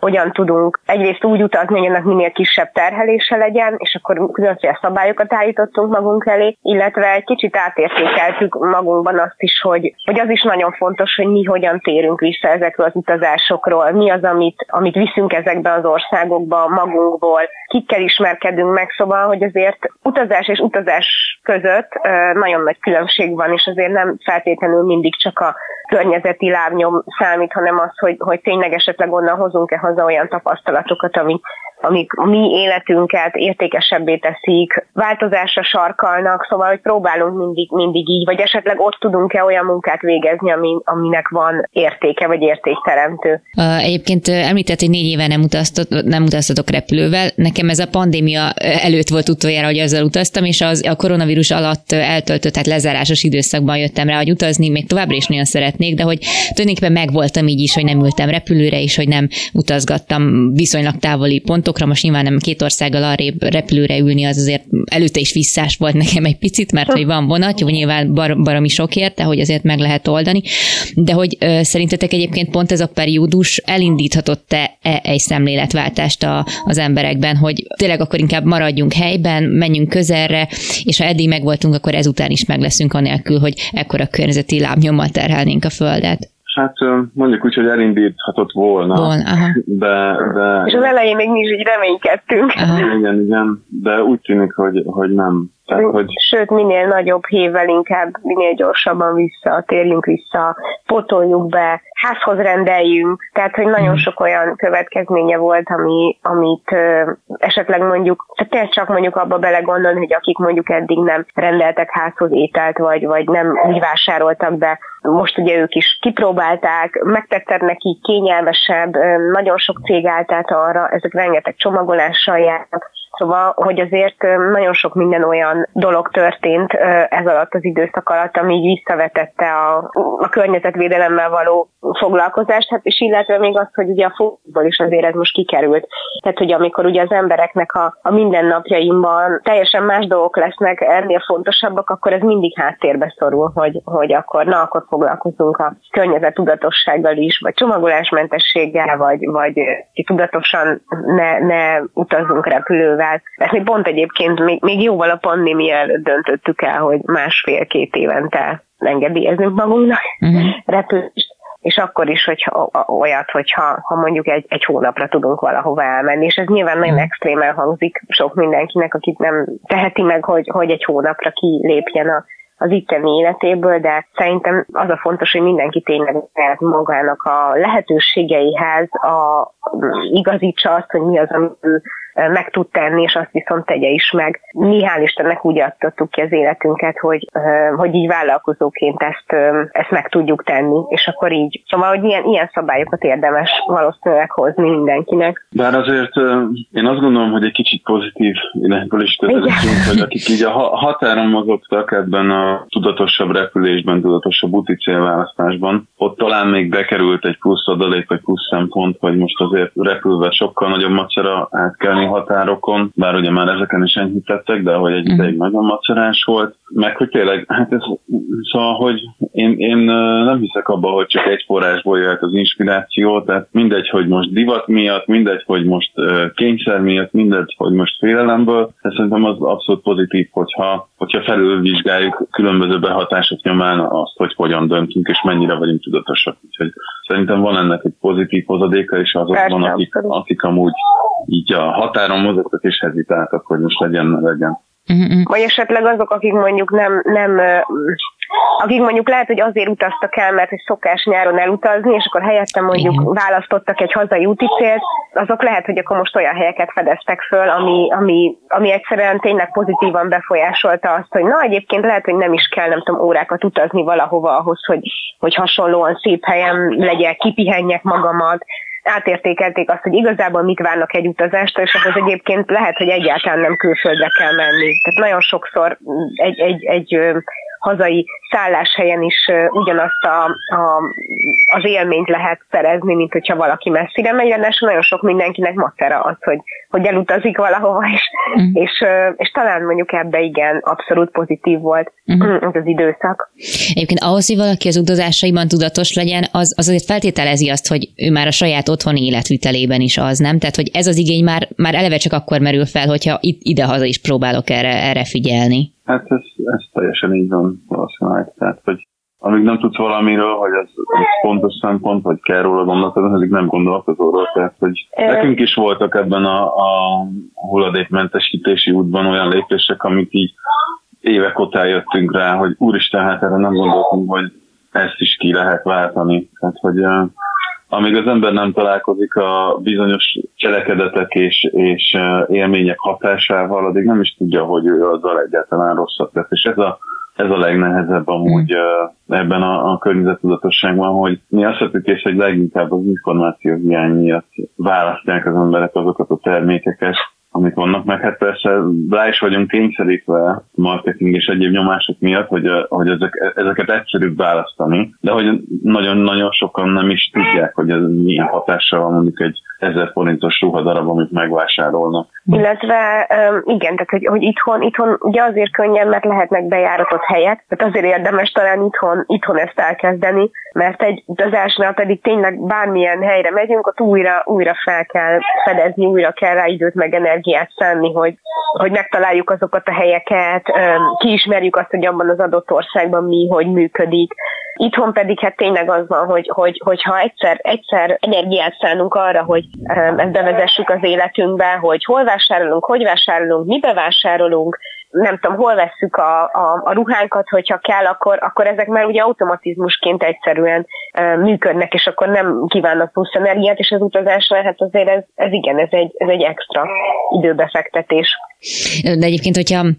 hogyan tudunk egyrészt úgy utazni, hogy ennek minél kisebb terhelése legyen, és akkor különféle szabályokat állítottunk magunk elé, illetve egy kicsit átértékeltük magunkban azt is, hogy az is nagyon fontos, hogy mi hogyan térünk vissza ezekről az utazásokról, mi az, amit viszünk ezekbe az országokba magunkból, kikkel ismerkedünk meg, szóval, hogy azért utazás és utazás között nagyon nagy különbség van, és azért nem feltétlenül mindig csak a környezeti lábnyom számít, hanem az, hogy tényleg esetleg onnan hozunk-e haza olyan tapasztalatokat, amik a mi életünket értékesebbé teszik, változásra sarkalnak, szóval, hogy próbálunk mindig így, vagy esetleg ott tudunk-e olyan munkát végezni, aminek van értéke, vagy értékteremtő. Egyébként említett, hogy 4 éve nem utaztatok repülővel. Nekem ez a pandémia előtt volt utoljára, hogy azzal utaztam, és a koronavírus alatt eltöltött, tehát lezárásos időszakban jöttem rá, hogy utazni még továbbra is nagyon szeretnék, de hogy tulajdonképpen megvoltam így is, hogy nem ültem repülőre, és hogy nem utazgattam viszonylag távoli pontokra. Most nyilván nem 2 országgal arrébb repülőre ülni, az azért előtte is visszás volt nekem egy picit, mert hogy van vonat, jó, nyilván baromi sokért, de hogy azért meg lehet oldani. De hogy szerintetek egyébként pont ez a periódus elindíthatott-e egy szemléletváltást az emberekben, hogy tényleg akkor inkább maradjunk helyben, menjünk közelre, és ha eddig megvoltunk, akkor ezután is meg leszünk anélkül, hogy ekkora környezeti lábnyommal terhelnénk a földet. Hát mondjuk úgy, hogy elindíthatott volna, de... És az elején még mi is így reménykedtünk. Igen, de úgy tűnik, hogy nem. Tehát, Sőt, minél nagyobb hévvel inkább, minél gyorsabban térjünk vissza, potoljuk be, házhoz rendeljünk, tehát, hogy nagyon sok olyan következménye volt, amit esetleg mondjuk, tehát csak mondjuk abba belegondolni, hogy akik mondjuk eddig nem rendeltek házhoz ételt, vagy nem úgy vásároltak be, most ugye ők is kipróbálták, megtettek neki kényelmesebb, nagyon sok cég állt át arra, ezek rengeteg csomagolással járnak, szóval, hogy azért nagyon sok minden olyan dolog történt ez alatt az időszak alatt, ami így visszavetette a környezetvédelemmel való foglalkozást, hát és illetve még az, hogy ugye a fókuszból is azért ez most kikerült. Tehát, hogy amikor ugye az embereknek a mindennapjaimban teljesen más dolgok lesznek, ennél fontosabbak, akkor ez mindig háttérbe szorul, hogy akkor foglalkozunk a környezettudatossággal is, vagy csomagolásmentességgel, vagy tudatosan ne utazzunk repülővel. Ezt mi pont egyébként még jóval a pandémia előtt döntöttük el, hogy 1,5-2 évente engedélyezünk magunknak repülést, és akkor is, hogyha mondjuk egy hónapra tudunk valahova elmenni, és ez nyilván nagyon extrémen hangzik sok mindenkinek, akit nem teheti meg, hogy egy hónapra kilépjen az itteni életéből, de szerintem az a fontos, hogy mindenki tényleg magának a lehetőségeihez igazítsa azt, hogy mi az, amit ő meg tud tenni, és azt viszont tegye is meg. Mi hál' Istennek úgy adtattuk ki az életünket, hogy így vállalkozóként ezt meg tudjuk tenni, és akkor így. Szóval, hogy ilyen szabályokat érdemes valószínűleg hozni mindenkinek. Bár azért én azt gondolom, hogy egy kicsit pozitív irányból is közelítünk, hogy akik így a határon mozogtak ebben a tudatosabb repülésben, tudatosabb úti célválasztásban, ott talán még bekerült egy plusz adalék, vagy plusz szempont, hogy most azért repülve sokkal nagyobb macera átkelni határokon, bár ugye már ezeken is enyhítettek, de hogy egy ideig nagyon macerás volt, meg hogy tényleg, hát ez, szóval, hogy én nem hiszek abba, hogy csak egy forrásból jöhet az inspiráció, tehát mindegy, hogy most divat miatt, mindegy, hogy most kényszer miatt, mindegy, hogy most félelemből, de szerintem az abszolút pozitív, hogyha felülvizsgáljuk különböző behatások nyomán azt, hogy hogyan döntünk, és mennyire vagyunk tudatosak. Úgyhogy szerintem van ennek egy pozitív hozadéka, és azokban, akik amúgy így a határon mozogtak és hezitáltak, hogy most legyen. Vagy esetleg azok, akik mondjuk akik mondjuk lehet, hogy azért utaztak el, mert hogy szokás nyáron elutazni, és akkor helyette mondjuk választottak egy hazai úti célt, azok lehet, hogy akkor most olyan helyeket fedeztek föl, ami egyszerűen tényleg pozitívan befolyásolta azt, hogy egyébként lehet, hogy nem is kell, nem tudom, órákat utazni valahova ahhoz, hogy hasonlóan szép helyen legyek, kipihenjek magamat, átértékelték azt, hogy igazából mit várnak egy utazástól, és ahhoz egyébként lehet, hogy egyáltalán nem külföldre kell menni. Tehát nagyon sokszor egy hazai szálláshelyen is ugyanazt az élményt lehet szerezni, mint hogyha valaki messzire megy, de nagyon sok mindenkinek macera az, hogy elutazik valahova, és talán mondjuk ebbe igen, abszolút pozitív volt ez az időszak. Egyébként ahhoz, hogy valaki az utazásaiban tudatos legyen, az azért feltételezi azt, hogy ő már a saját otthoni életvitelében is az, nem? Tehát, hogy ez az igény már eleve csak akkor merül fel, hogyha idehaza is próbálok erre figyelni. Hát ez teljesen így van valószínűleg. Tehát, hogy amíg nem tudsz valamiről, hogy ez fontos szempont, vagy kell róla gondolkodni, addig nem gondolkozol róla. Tehát, hogy nekünk is voltak ebben a hulladékmentesítési útban olyan lépések, amik így évek után jöttünk rá, hogy úristen, hát erre nem gondoltunk, hogy ezt is ki lehet váltani. Tehát, hogy amíg az ember nem találkozik a bizonyos cselekedetek és élmények hatásával, addig nem is tudja, hogy ő azzal egyáltalán rosszat tesz. És ez a legnehezebb amúgy ebben a környezettudatosságban, hogy mi azt hittük, és hogy leginkább az információ hiány miatt választják az emberek azokat a termékeket, amik vannak, meg hát persze rá is vagyunk kényszerítve marketing és egyéb nyomások miatt, hogy ezeket egyszerűbb választani, de hogy nagyon-nagyon sokan nem is tudják, hogy ez milyen hatással van mondjuk egy 1000 forintos ruhadarab, amit megvásárolnak. Illetve igen, tehát hogy itthon ugye azért könnyen, mert lehetnek bejáratott helyek, tehát azért érdemes talán itthon ezt elkezdeni, mert egy utazásnál pedig tényleg bármilyen helyre megyünk, ott újra fel kell fedezni, újra kell rá időt meg energiát szánni, hogy megtaláljuk azokat a helyeket, kiismerjük azt, hogy abban az adott országban mi, hogy működik. Itthon pedig hát tényleg az van, hogyha egyszer energiát szánunk arra, hogy ezt bevezessük az életünkbe, hogy hol vásárolunk, hogy vásárolunk, mibe vásárolunk, nem tudom, hol vesszük a ruhánkat, hogyha kell, akkor ezek már ugye automatizmusként egyszerűen működnek, és akkor nem kívánnak plusz energiát, és az utazásra, hát azért ez egy extra időbefektetés. De egyébként,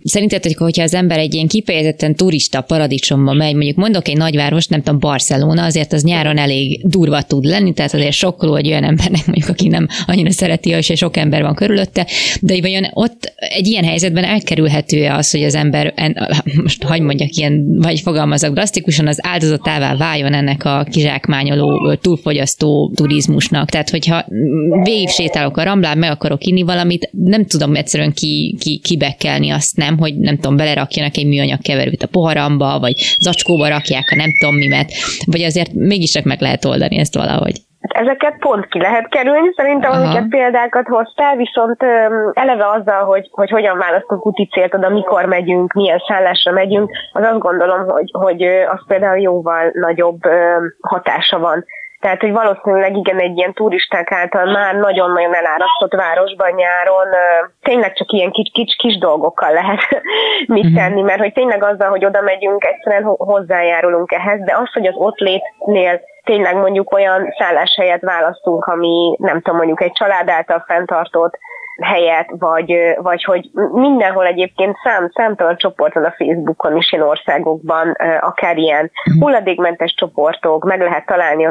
hogyha az ember egy ilyen kifejezetten turista paradicsomba megy, mondjuk mondok egy nagyváros, nem tudom, Barcelona, azért az nyáron elég durva tud lenni, tehát azért sokkoló egy olyan embernek, mondjuk, aki nem annyira szereti, és sok ember van körülötte, de vajon ott egy ilyen helyzetben elkerülhető az, hogy az ember, most hagy mondjak ilyen, vagy fogalmazok drasztikusan, az áldozatává váljon ennek a kizsákmányoló, túlfogyasztó turizmusnak. Tehát, hogyha végig sétálok a Ramblán, meg akarok inni valamit, nem tudom egyszerűen kibekkelni azt, nem, hogy nem tudom, belerakjanak egy műanyag keverőt a poharamba, vagy zacskóba rakják a nem tudom mimet, vagy azért mégiscsak meg lehet oldani ezt valahogy. Ezeket pont ki lehet kerülni, szerintem, amiket példákat hoztál, viszont eleve azzal, hogy hogyan választunk úti célt oda, mikor megyünk, milyen szállásra megyünk, az azt gondolom, hogy az például jóval nagyobb hatása van. Tehát, hogy valószínűleg igen, egy ilyen turisták által már nagyon-nagyon elárasztott városban nyáron tényleg csak ilyen kis dolgokkal lehet mit tenni, mert hogy tényleg azzal, hogy oda megyünk, egyszerűen hozzájárulunk ehhez, de az, hogy az ott létnél tényleg mondjuk olyan szálláshelyet választunk, ami nem tudom, mondjuk egy család által fenntartott helyet, vagy hogy mindenhol egyébként számtalan csoport van a Facebookon is ilyen országokban, akár ilyen hulladékmentes csoportok, meg lehet találni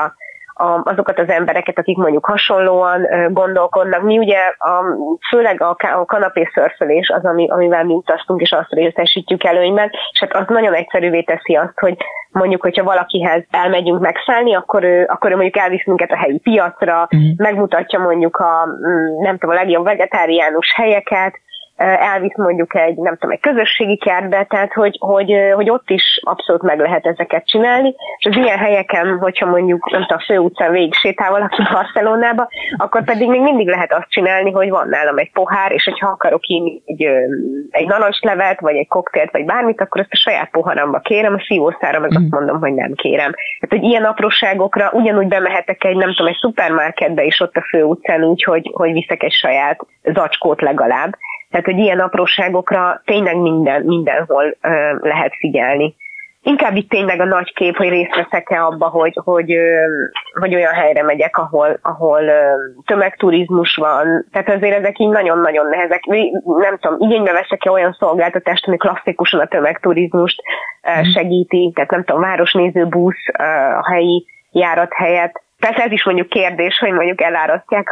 azokat az embereket, akik mondjuk hasonlóan gondolkodnak. Mi ugye főleg a kanapészörfölés az, amivel mi utaztunk, és azt részesítjük előnyben, és hát az nagyon egyszerűvé teszi azt, hogy mondjuk, hogyha valakihez elmegyünk megszállni, akkor ő mondjuk elvisz minket a helyi piacra, megmutatja mondjuk a legjobb vegetáriánus helyeket, elvisz mondjuk egy közösségi kertbe, tehát hogy ott is abszolút meg lehet ezeket csinálni, és az ilyen helyeken, hogyha mondjuk a főutcán végig sétál valaki Barcelonába, akkor pedig még mindig lehet azt csinálni, hogy van nálam egy pohár, és hogyha akarok inni egy narancslevet, vagy egy koktélt, vagy bármit, akkor ezt a saját poharamba kérem, a szívószára meg azt mondom, hogy nem kérem. Tehát, hogy ilyen apróságokra ugyanúgy bemehetek egy szupermarketbe is ott a főutcán úgy, hogy viszek egy saját zacskót legalább. Tehát, hogy ilyen apróságokra tényleg mindenhol lehet figyelni. Inkább itt tényleg a nagy kép, hogy részt veszek-e abba, hogy olyan helyre megyek, ahol tömegturizmus van. Tehát azért ezek így nagyon-nagyon nehezek. Nem tudom, igénybe veszek-e olyan szolgáltatást, ami klasszikusan a tömegturizmust segíti. Tehát nem tudom, városnéző busz a helyi járat helyett, Persze ez is mondjuk kérdés, hogy mondjuk elárasztják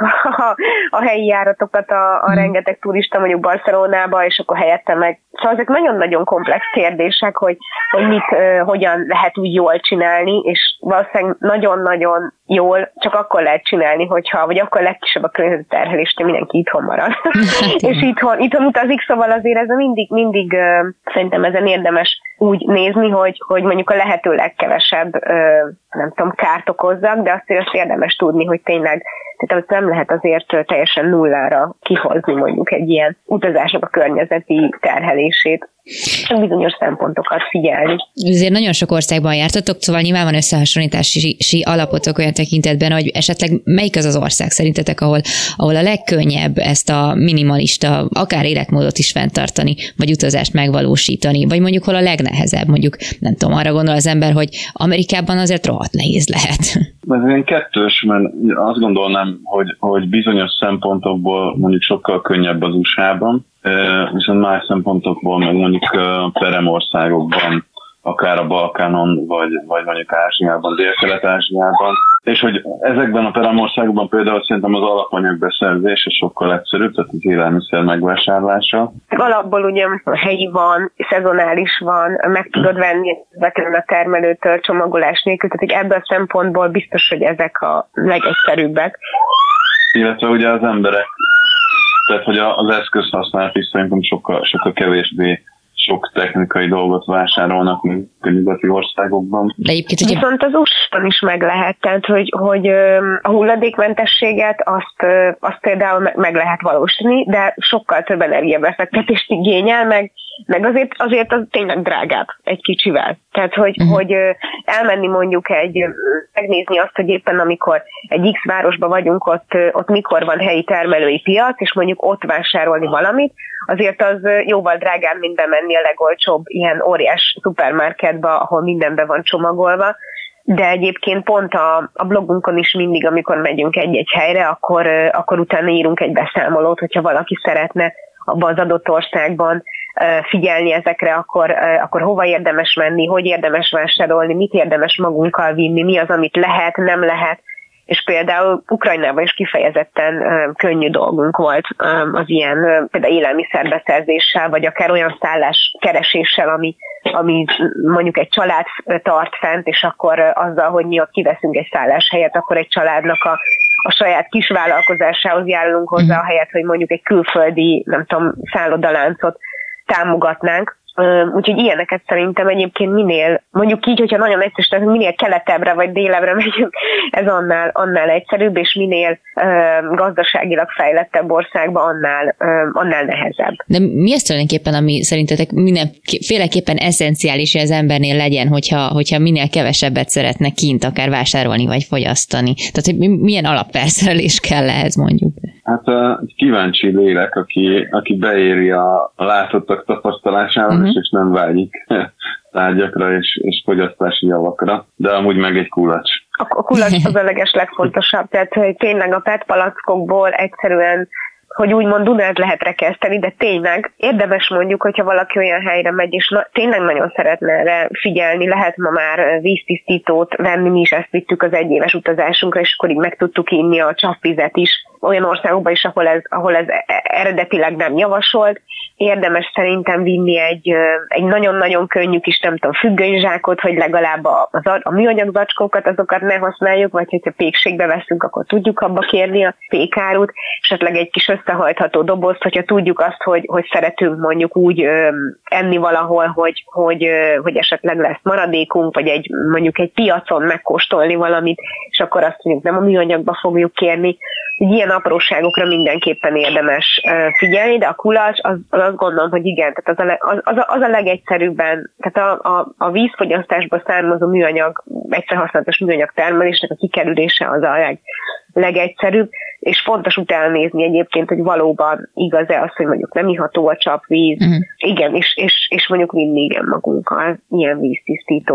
a helyi járatokat a rengeteg turista mondjuk Barcelonába, és akkor helyette meg. Szóval ezek nagyon-nagyon komplex kérdések, hogy mit, hogyan lehet úgy jól csinálni, és valószínűleg nagyon-nagyon jól csak akkor lehet csinálni, vagy akkor legkisebb a környezetterhelés, hogy mindenki itthon marad. És itthon utazik, szóval azért ez mindig szerintem ezen érdemes úgy nézni, hogy mondjuk a lehető legkevesebb, nem tudom, kárt okozzak, de azt érdemes tudni, hogy tényleg, tehát nem lehet azért teljesen nullára kihozni mondjuk egy ilyen utazásnak a környezeti terhelését. Csak bizonyos szempontokat figyelni. Azért nagyon sok országban jártatok, szóval nyilván van összehasonlítási alapotok olyan tekintetben, hogy esetleg melyik az ország szerintetek, ahol a legkönnyebb ezt a minimalista, akár életmódot is fenntartani, vagy utazást megvalósítani, vagy mondjuk hol a legnehezebb, mondjuk nem tudom, arra gondol az ember, hogy Amerikában azért rohadt nehéz lehet. Ez ilyen kettős, mert azt gondolnám, hogy bizonyos szempontokból mondjuk sokkal könnyebb az USA-ban, viszont más szempontokból meg mondjuk peremországokban, akár a Balkánon, vagy mondjuk Ázsiában, Dél-Kelet-Ázsiában. És hogy ezekben a peremországokban például szerintem az alapanyagbeszerzése sokkal egyszerűbb, tehát az élelmiszer megvásárlása. Alapból ugye helyi van, szezonális van, meg tudod venni ezeken a termelőtől csomagolás nélkül, tehát ebből a szempontból biztos, hogy ezek a legegyszerűbbek. Illetve ugye az emberek, tehát hogy az eszközhasználat is szerintem sokkal kevésbé sok technikai dolgot vásárolnak, mint a nyugati országokban. Viszont az USA-ban is meg lehet, tehát hogy a hulladékmentességet azt például meg lehet valósítani, de sokkal több energiabefektetést igényel, meg azért az tényleg drágább egy kicsivel. Tehát, hogy elmenni mondjuk megnézni azt, hogy éppen amikor egy X városban vagyunk, ott mikor van helyi termelői piac, és mondjuk ott vásárolni valamit, azért az jóval drágább, mint bemenni a legolcsóbb ilyen óriás szupermarketbe, ahol mindenbe van csomagolva. De egyébként pont a blogunkon is mindig, amikor megyünk egy-egy helyre, akkor utána írunk egy beszámolót, hogyha valaki szeretne abban az adott országban figyelni ezekre, akkor hova érdemes menni, hogy érdemes vásárolni, mit érdemes magunkkal vinni, mi az, amit lehet, nem lehet. És például Ukrajnában is kifejezetten könnyű dolgunk volt az ilyen például élelmiszerbeszerzéssel, vagy akár olyan szálláskereséssel, ami mondjuk egy család tart fent, és akkor azzal, hogy mi ott kiveszünk egy szálláshelyet, akkor egy családnak a saját kis vállalkozásához járulunk hozzá, ahelyett, hogy mondjuk egy külföldi, nem tudom, szállodaláncot támogatnánk. Úgyhogy ilyeneket szerintem egyébként minél, mondjuk így, hogyha nagyon egyszerű, minél keletebbre vagy délebbre megyünk, ez annál egyszerűbb, és minél gazdaságilag fejlettebb országban annál nehezebb. De mi az tulajdonképpen, ami szerintetek mindenféleképpen eszenciális, hogy az embernél legyen, hogyha minél kevesebbet szeretne kint akár vásárolni vagy fogyasztani? Tehát, hogy milyen alapfelszerelés kell ehhez mondjuk? Hát egy kíváncsi lélek, aki beéri a látottak tapasztalásával, és nem vágyik tárgyakra és fogyasztási javakra, de amúgy meg egy kulacs. A kulacs az a legfontosabb, tehát hogy tényleg a PET palackokból egyszerűen, hogy úgymond Dunát lehet rekeszteni, de tényleg érdemes mondjuk, hogyha valaki olyan helyre megy, és tényleg nagyon szeretne erre figyelni, lehet ma már víztisztítót venni, mi is ezt vittük az egyéves utazásunkra, és akkor így meg tudtuk inni a csapvizet is, olyan országokban is, ahol ez eredetileg nem javasolt. Érdemes szerintem vinni egy nagyon-nagyon könnyű kis, nem tudom, függönyzsákot, hogy legalább a műanyag zacskókat, azokat ne használjuk, vagy hogyha pékségbe veszünk, akkor tudjuk abba kérni a pékárút, esetleg egy kis összehajtható dobozt, hogyha tudjuk azt, hogy szeretünk mondjuk úgy enni valahol, hogy esetleg lesz maradékunk, vagy mondjuk egy piacon megkóstolni valamit, és akkor azt mondjuk nem a műanyagba fogjuk kérni. Ilyen apróságokra mindenképpen érdemes figyelni, de a kulacs, az azt gondolom, hogy igen, tehát az a legegyszerűbben, tehát a vízfogyasztásból származó műanyag, egyszerhasználatos műanyag termelésnek a kikerülése az a legegyszerűbb, és fontos utána nézni egyébként, hogy valóban igaz-e az, hogy mondjuk nem iható a csapvíz, igen, és mondjuk vinni igen magunkkal ilyen víztisztítót.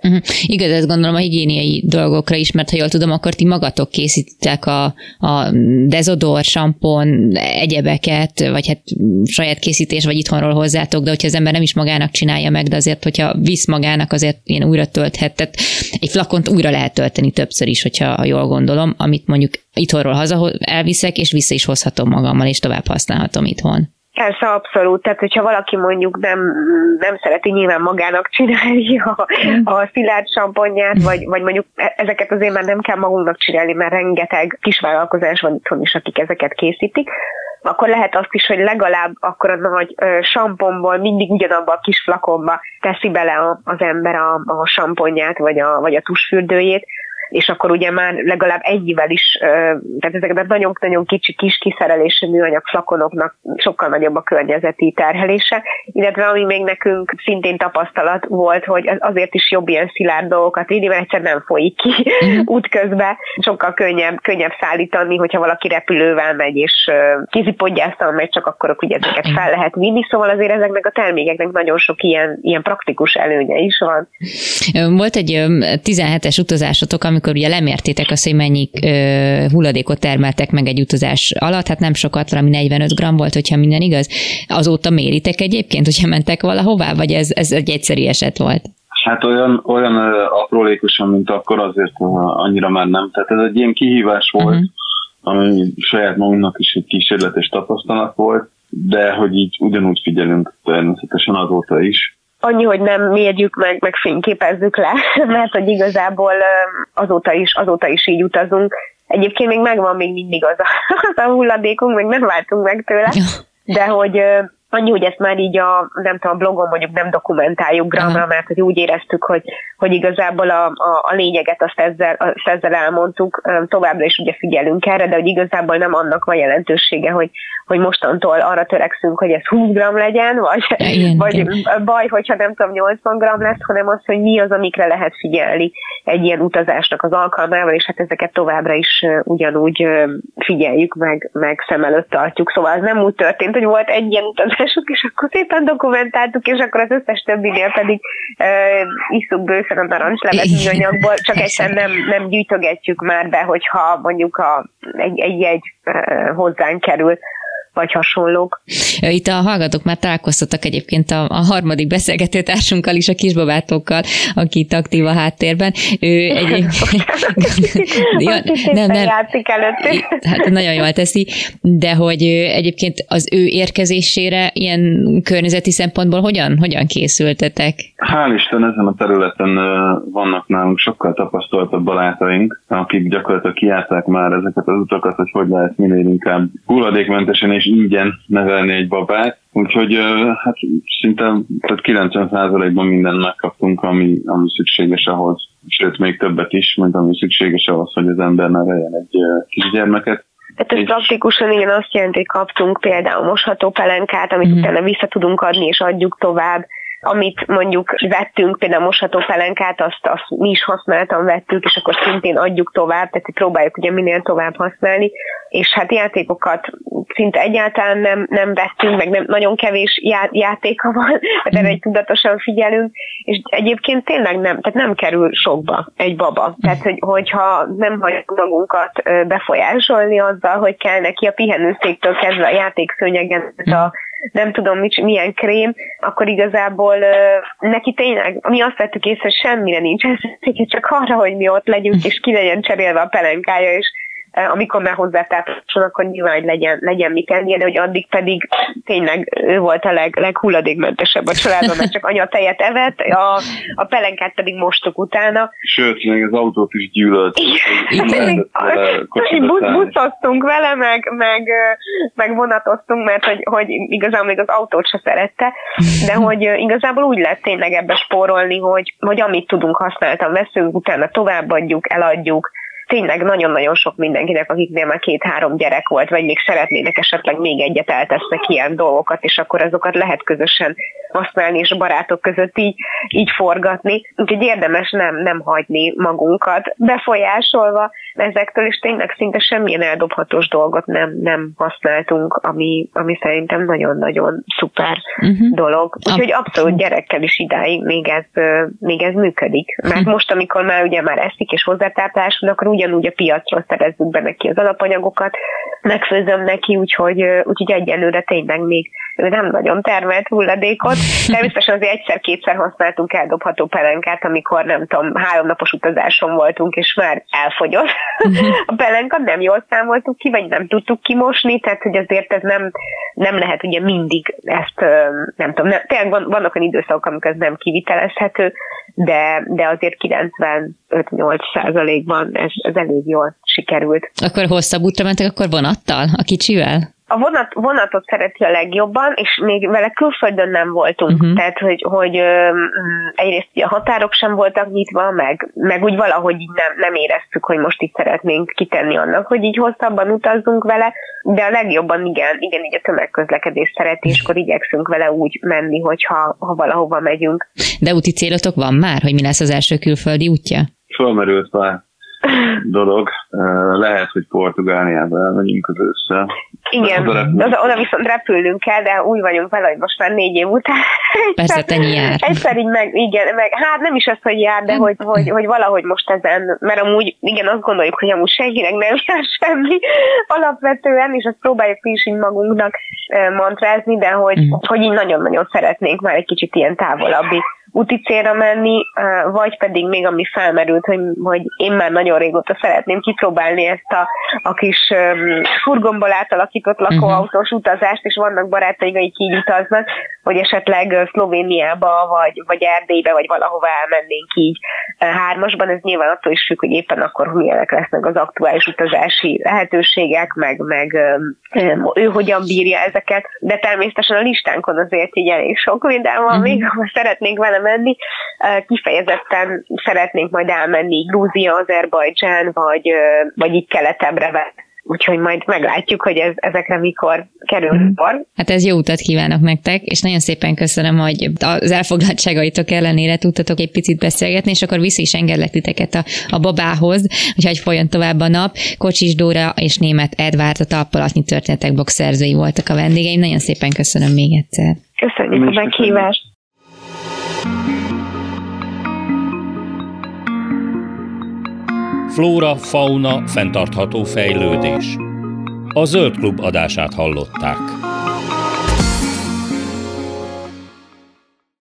Igaz, ezt gondolom a higiéniai dolgokra is, mert ha jól tudom, akkor ti magatok készítitek a dezodor, sampon, egyebeket, vagy hát saját készítés, vagy itthonról hozzátok, de hogyha az ember nem is magának csinálja meg, de azért, hogyha visz magának, azért ilyen újra tölthet. Tehát egy flakont újra lehet tölteni többször is, hogyha jól gondolom, amit mondjuk itthonról haza elviszek, és vissza is hozhatom magammal, és tovább használhatom itthon. Persze, abszolút. Tehát, hogyha valaki mondjuk nem szereti nyilván magának csinálni a szilárd samponját, vagy mondjuk ezeket azért már nem kell magunknak csinálni, mert rengeteg kisvállalkozás van itthon is, akik ezeket készítik, akkor lehet azt is, hogy legalább akkor a nagy samponból mindig ugyanabba a kis flakonba teszi bele az ember a samponját, vagy a tusfürdőjét, és akkor ugye már legalább ennyivel is, tehát ezeket a nagyon-nagyon kicsi kis kiszerelésű műanyag flakonoknak sokkal nagyobb a környezeti terhelése, illetve ami még nekünk szintén tapasztalat volt, hogy azért is jobb ilyen szilárd dolgokat vinni, mert egyszer nem folyik ki útközben, sokkal könnyebb szállítani, hogyha valaki repülővel megy, és kézipodgyásztal megy, csak akkor ugye ezeket fel lehet vinni, szóval azért ezeknek a termékeknek nagyon sok ilyen praktikus előnye is van. Volt egy 17-es utazásotok, amikor ugye lemértétek azt, hogy mennyi hulladékot termeltek meg egy utazás alatt, hát nem sokat, valami 45 g volt, hogyha minden igaz. Azóta méritek egyébként, hogyha mentek valahová, vagy ez egy egyszerű eset volt? Hát olyan aprólékosan, mint akkor azért annyira már nem. Tehát ez egy ilyen kihívás volt, ami saját magunknak is egy kísérletes tapasztalat volt, de hogy így ugyanúgy figyelünk természetesen azóta is. Annyi, hogy nem mérjük meg fényképezzük le, mert hogy igazából azóta is így utazunk. Egyébként még megvan még mindig az a hulladékunk, még nem váltunk meg tőle, de hogy annyi, hogy ezt már így a blogon mondjuk nem dokumentáljuk gramra, mert hogy úgy éreztük, hogy igazából a lényeget azt ezzel elmondtuk, továbbra is ugye figyelünk erre, de hogy igazából nem annak van jelentősége, hogy mostantól arra törekszünk, hogy ez 20 g legyen, vagy baj, hogyha nem tudom 80 g lesz, hanem az, hogy mi az, amikre lehet figyelni egy ilyen utazásnak az alkalmával, és hát ezeket továbbra is ugyanúgy figyeljük, meg szem előtt tartjuk. Szóval az nem úgy történt, hogy volt egy ilyen utazásunk, és akkor szépen dokumentáltuk, és akkor az összes többinél pedig isszuk bőszen a narancslevet műanyagból, csak egyszerűen nem gyűjtögetjük már be, hogyha mondjuk egy jegy hozzánk kerül, vagy hasonlók. Itt a hallgatók már találkoztatok egyébként a harmadik beszélgetőtársunkkal is, a kisbabátokkal, aki itt aktív a háttérben. Ő nem játszik előtt. Hát nagyon jól teszi, de hogy egyébként az ő érkezésére ilyen környezeti szempontból hogyan készültetek? Hál' Isten, ezen a területen vannak nálunk sokkal tapasztaltabb barátaink, akik gyakorlatilag kijárták már ezeket az utakat, hogy lehet minél inkább hulladékmentesen és ingyen nevelni egy babát. Úgyhogy hát szinte 90%-ban mindent megkaptunk, ami szükséges ahhoz, sőt még többet is, mint ami szükséges ahhoz, hogy az ember neveljen egy kisgyermeket. Hát ez praktikusan igen azt jelenti, hogy kaptunk például mosható pelenkát, amit utána vissza tudunk adni és adjuk tovább. Amit mondjuk vettünk, például mosható pelenkát, azt mi is használtan vettük, és akkor szintén adjuk tovább, tehát próbáljuk ugye minél tovább használni, és hát játékokat szinte egyáltalán nem vettünk, meg nem, nagyon kevés játéka van, tehát erre tudatosan figyelünk, és egyébként tényleg nem kerül sokba egy baba. Tehát, hogyha nem hagyjuk magunkat befolyásolni azzal, hogy kell neki a pihenőszéktől kezdve a játékszőnyegen, nem tudom milyen krém, akkor igazából neki tényleg, mi azt vettük észre, hogy semmire nincs, ez csak arra, hogy mi ott legyünk, és ki legyen cserélve a pelenkája, és amikor már hozzátartosan, akkor nyilván, hogy legyen mit ennie, de hogy addig pedig tényleg ő volt a leghulladékmentesebb a családban, mert csak anya tejet evett, a pelenkát pedig mostuk utána. Sőt, még az autót is gyűlölt. Buszoztunk vele, meg vonatoztunk, mert hogy igazából még az autót se szerette, de hogy igazából úgy lehet tényleg ebbe spórolni, hogy amit tudunk használtan veszünk, utána továbbadjuk, eladjuk. Tényleg nagyon-nagyon sok mindenkinek, akiknél már 2-3 gyerek volt, vagy még szeretnének esetleg még egyet eltesznek ilyen dolgokat, és akkor azokat lehet közösen használni, és a barátok között így forgatni. Úgyhogy érdemes nem hagyni magunkat befolyásolva, ezektől, és tényleg szinte semmilyen eldobhatós dolgot nem használtunk, ami szerintem nagyon-nagyon szuper dolog. Úgyhogy abszolút gyerekkel is idáig még ez működik. Mert most, amikor már eszik és hozzátáplásod, akkor ugyanúgy a piacról szerezzük be neki az alapanyagokat, megfőzöm neki, úgyhogy egyelőre tényleg még ő nem nagyon termelt hulladékot. Természetesen azért egyszer-kétszer használtunk eldobható pelenkát, amikor nem tudom, 3 napos utazáson voltunk, és már elfogyott. A pelenka nem jól számoltuk ki, vagy nem tudtuk kimosni, tehát hogy azért ez nem lehet ugye mindig ezt, nem tudom, tényleg vannak olyan időszakok, amikor ez nem kivitelezhető, de azért 95-8%-ban ez elég jól sikerült. Akkor hosszabb útra mentek, akkor vonattal, a kicsivel? A vonatot szereti a legjobban, és még vele külföldön nem voltunk. Tehát, hogy egyrészt a határok sem voltak nyitva, meg úgy valahogy így nem éreztük, hogy most itt szeretnénk kitenni annak, hogy így hosszabban utazzunk vele, de a legjobban igen, így a tömegközlekedés szereti, és akkor igyekszünk vele úgy menni, hogyha valahova megyünk. De úti célotok van már, hogy mi lesz az első külföldi útja? Fölmerült már dolog. Lehet, hogy Portugáliába elmegyünk az ősszel. Igen, oda viszont repülnünk kell, de úgy vagyunk vele, hogy most már 4 év után. Persze, te jár. Egyszer így meg hát nem is az, hogy jár, de hogy valahogy most ezen, mert amúgy, igen, azt gondoljuk, hogy amúgy senkinek nem jár semmi alapvetően, és azt próbáljuk is így magunknak mantrázni, de hogy így nagyon-nagyon szeretnénk már egy kicsit ilyen távolabbi úti célra menni, vagy pedig még ami felmerült, hogy én már nagyon régóta szeretném kipróbálni ezt a kis furgonból átalakított lakóautós utazást, és vannak barátaink, akik így utaznak, hogy esetleg Szlovéniába, vagy Erdélybe, vagy valahova elmennénk így 3-asban. Ez nyilván attól is függ, hogy éppen akkor milyenek lesznek az aktuális utazási lehetőségek, meg ő hogyan bírja ezeket, de természetesen a listánkon azért így elég sok minden van még, ahol szeretnénk vele menni. Kifejezetten szeretnénk majd elmenni Grúzia, Azerbajdzsán, vagy így keletebbre. Úgyhogy majd meglátjuk, hogy ezekre mikor kerül sor. Hát ez jó utat kívánok nektek, és nagyon szépen köszönöm, hogy az elfoglaltságaitok ellenére tudtatok egy picit beszélgetni, és akkor vissza is engedlek titeket a babához, úgyhogy folyjon tovább a nap. Kocsis Dóra és Németh Edvárd, a Talpalatnyi Történetek blog szerzői voltak a vendégeim. Nagyon szépen köszönöm még egyszer. Köszönjük a meghívást. Flóra, fauna, fenntartható fejlődés. A Zöld Klub adását hallották.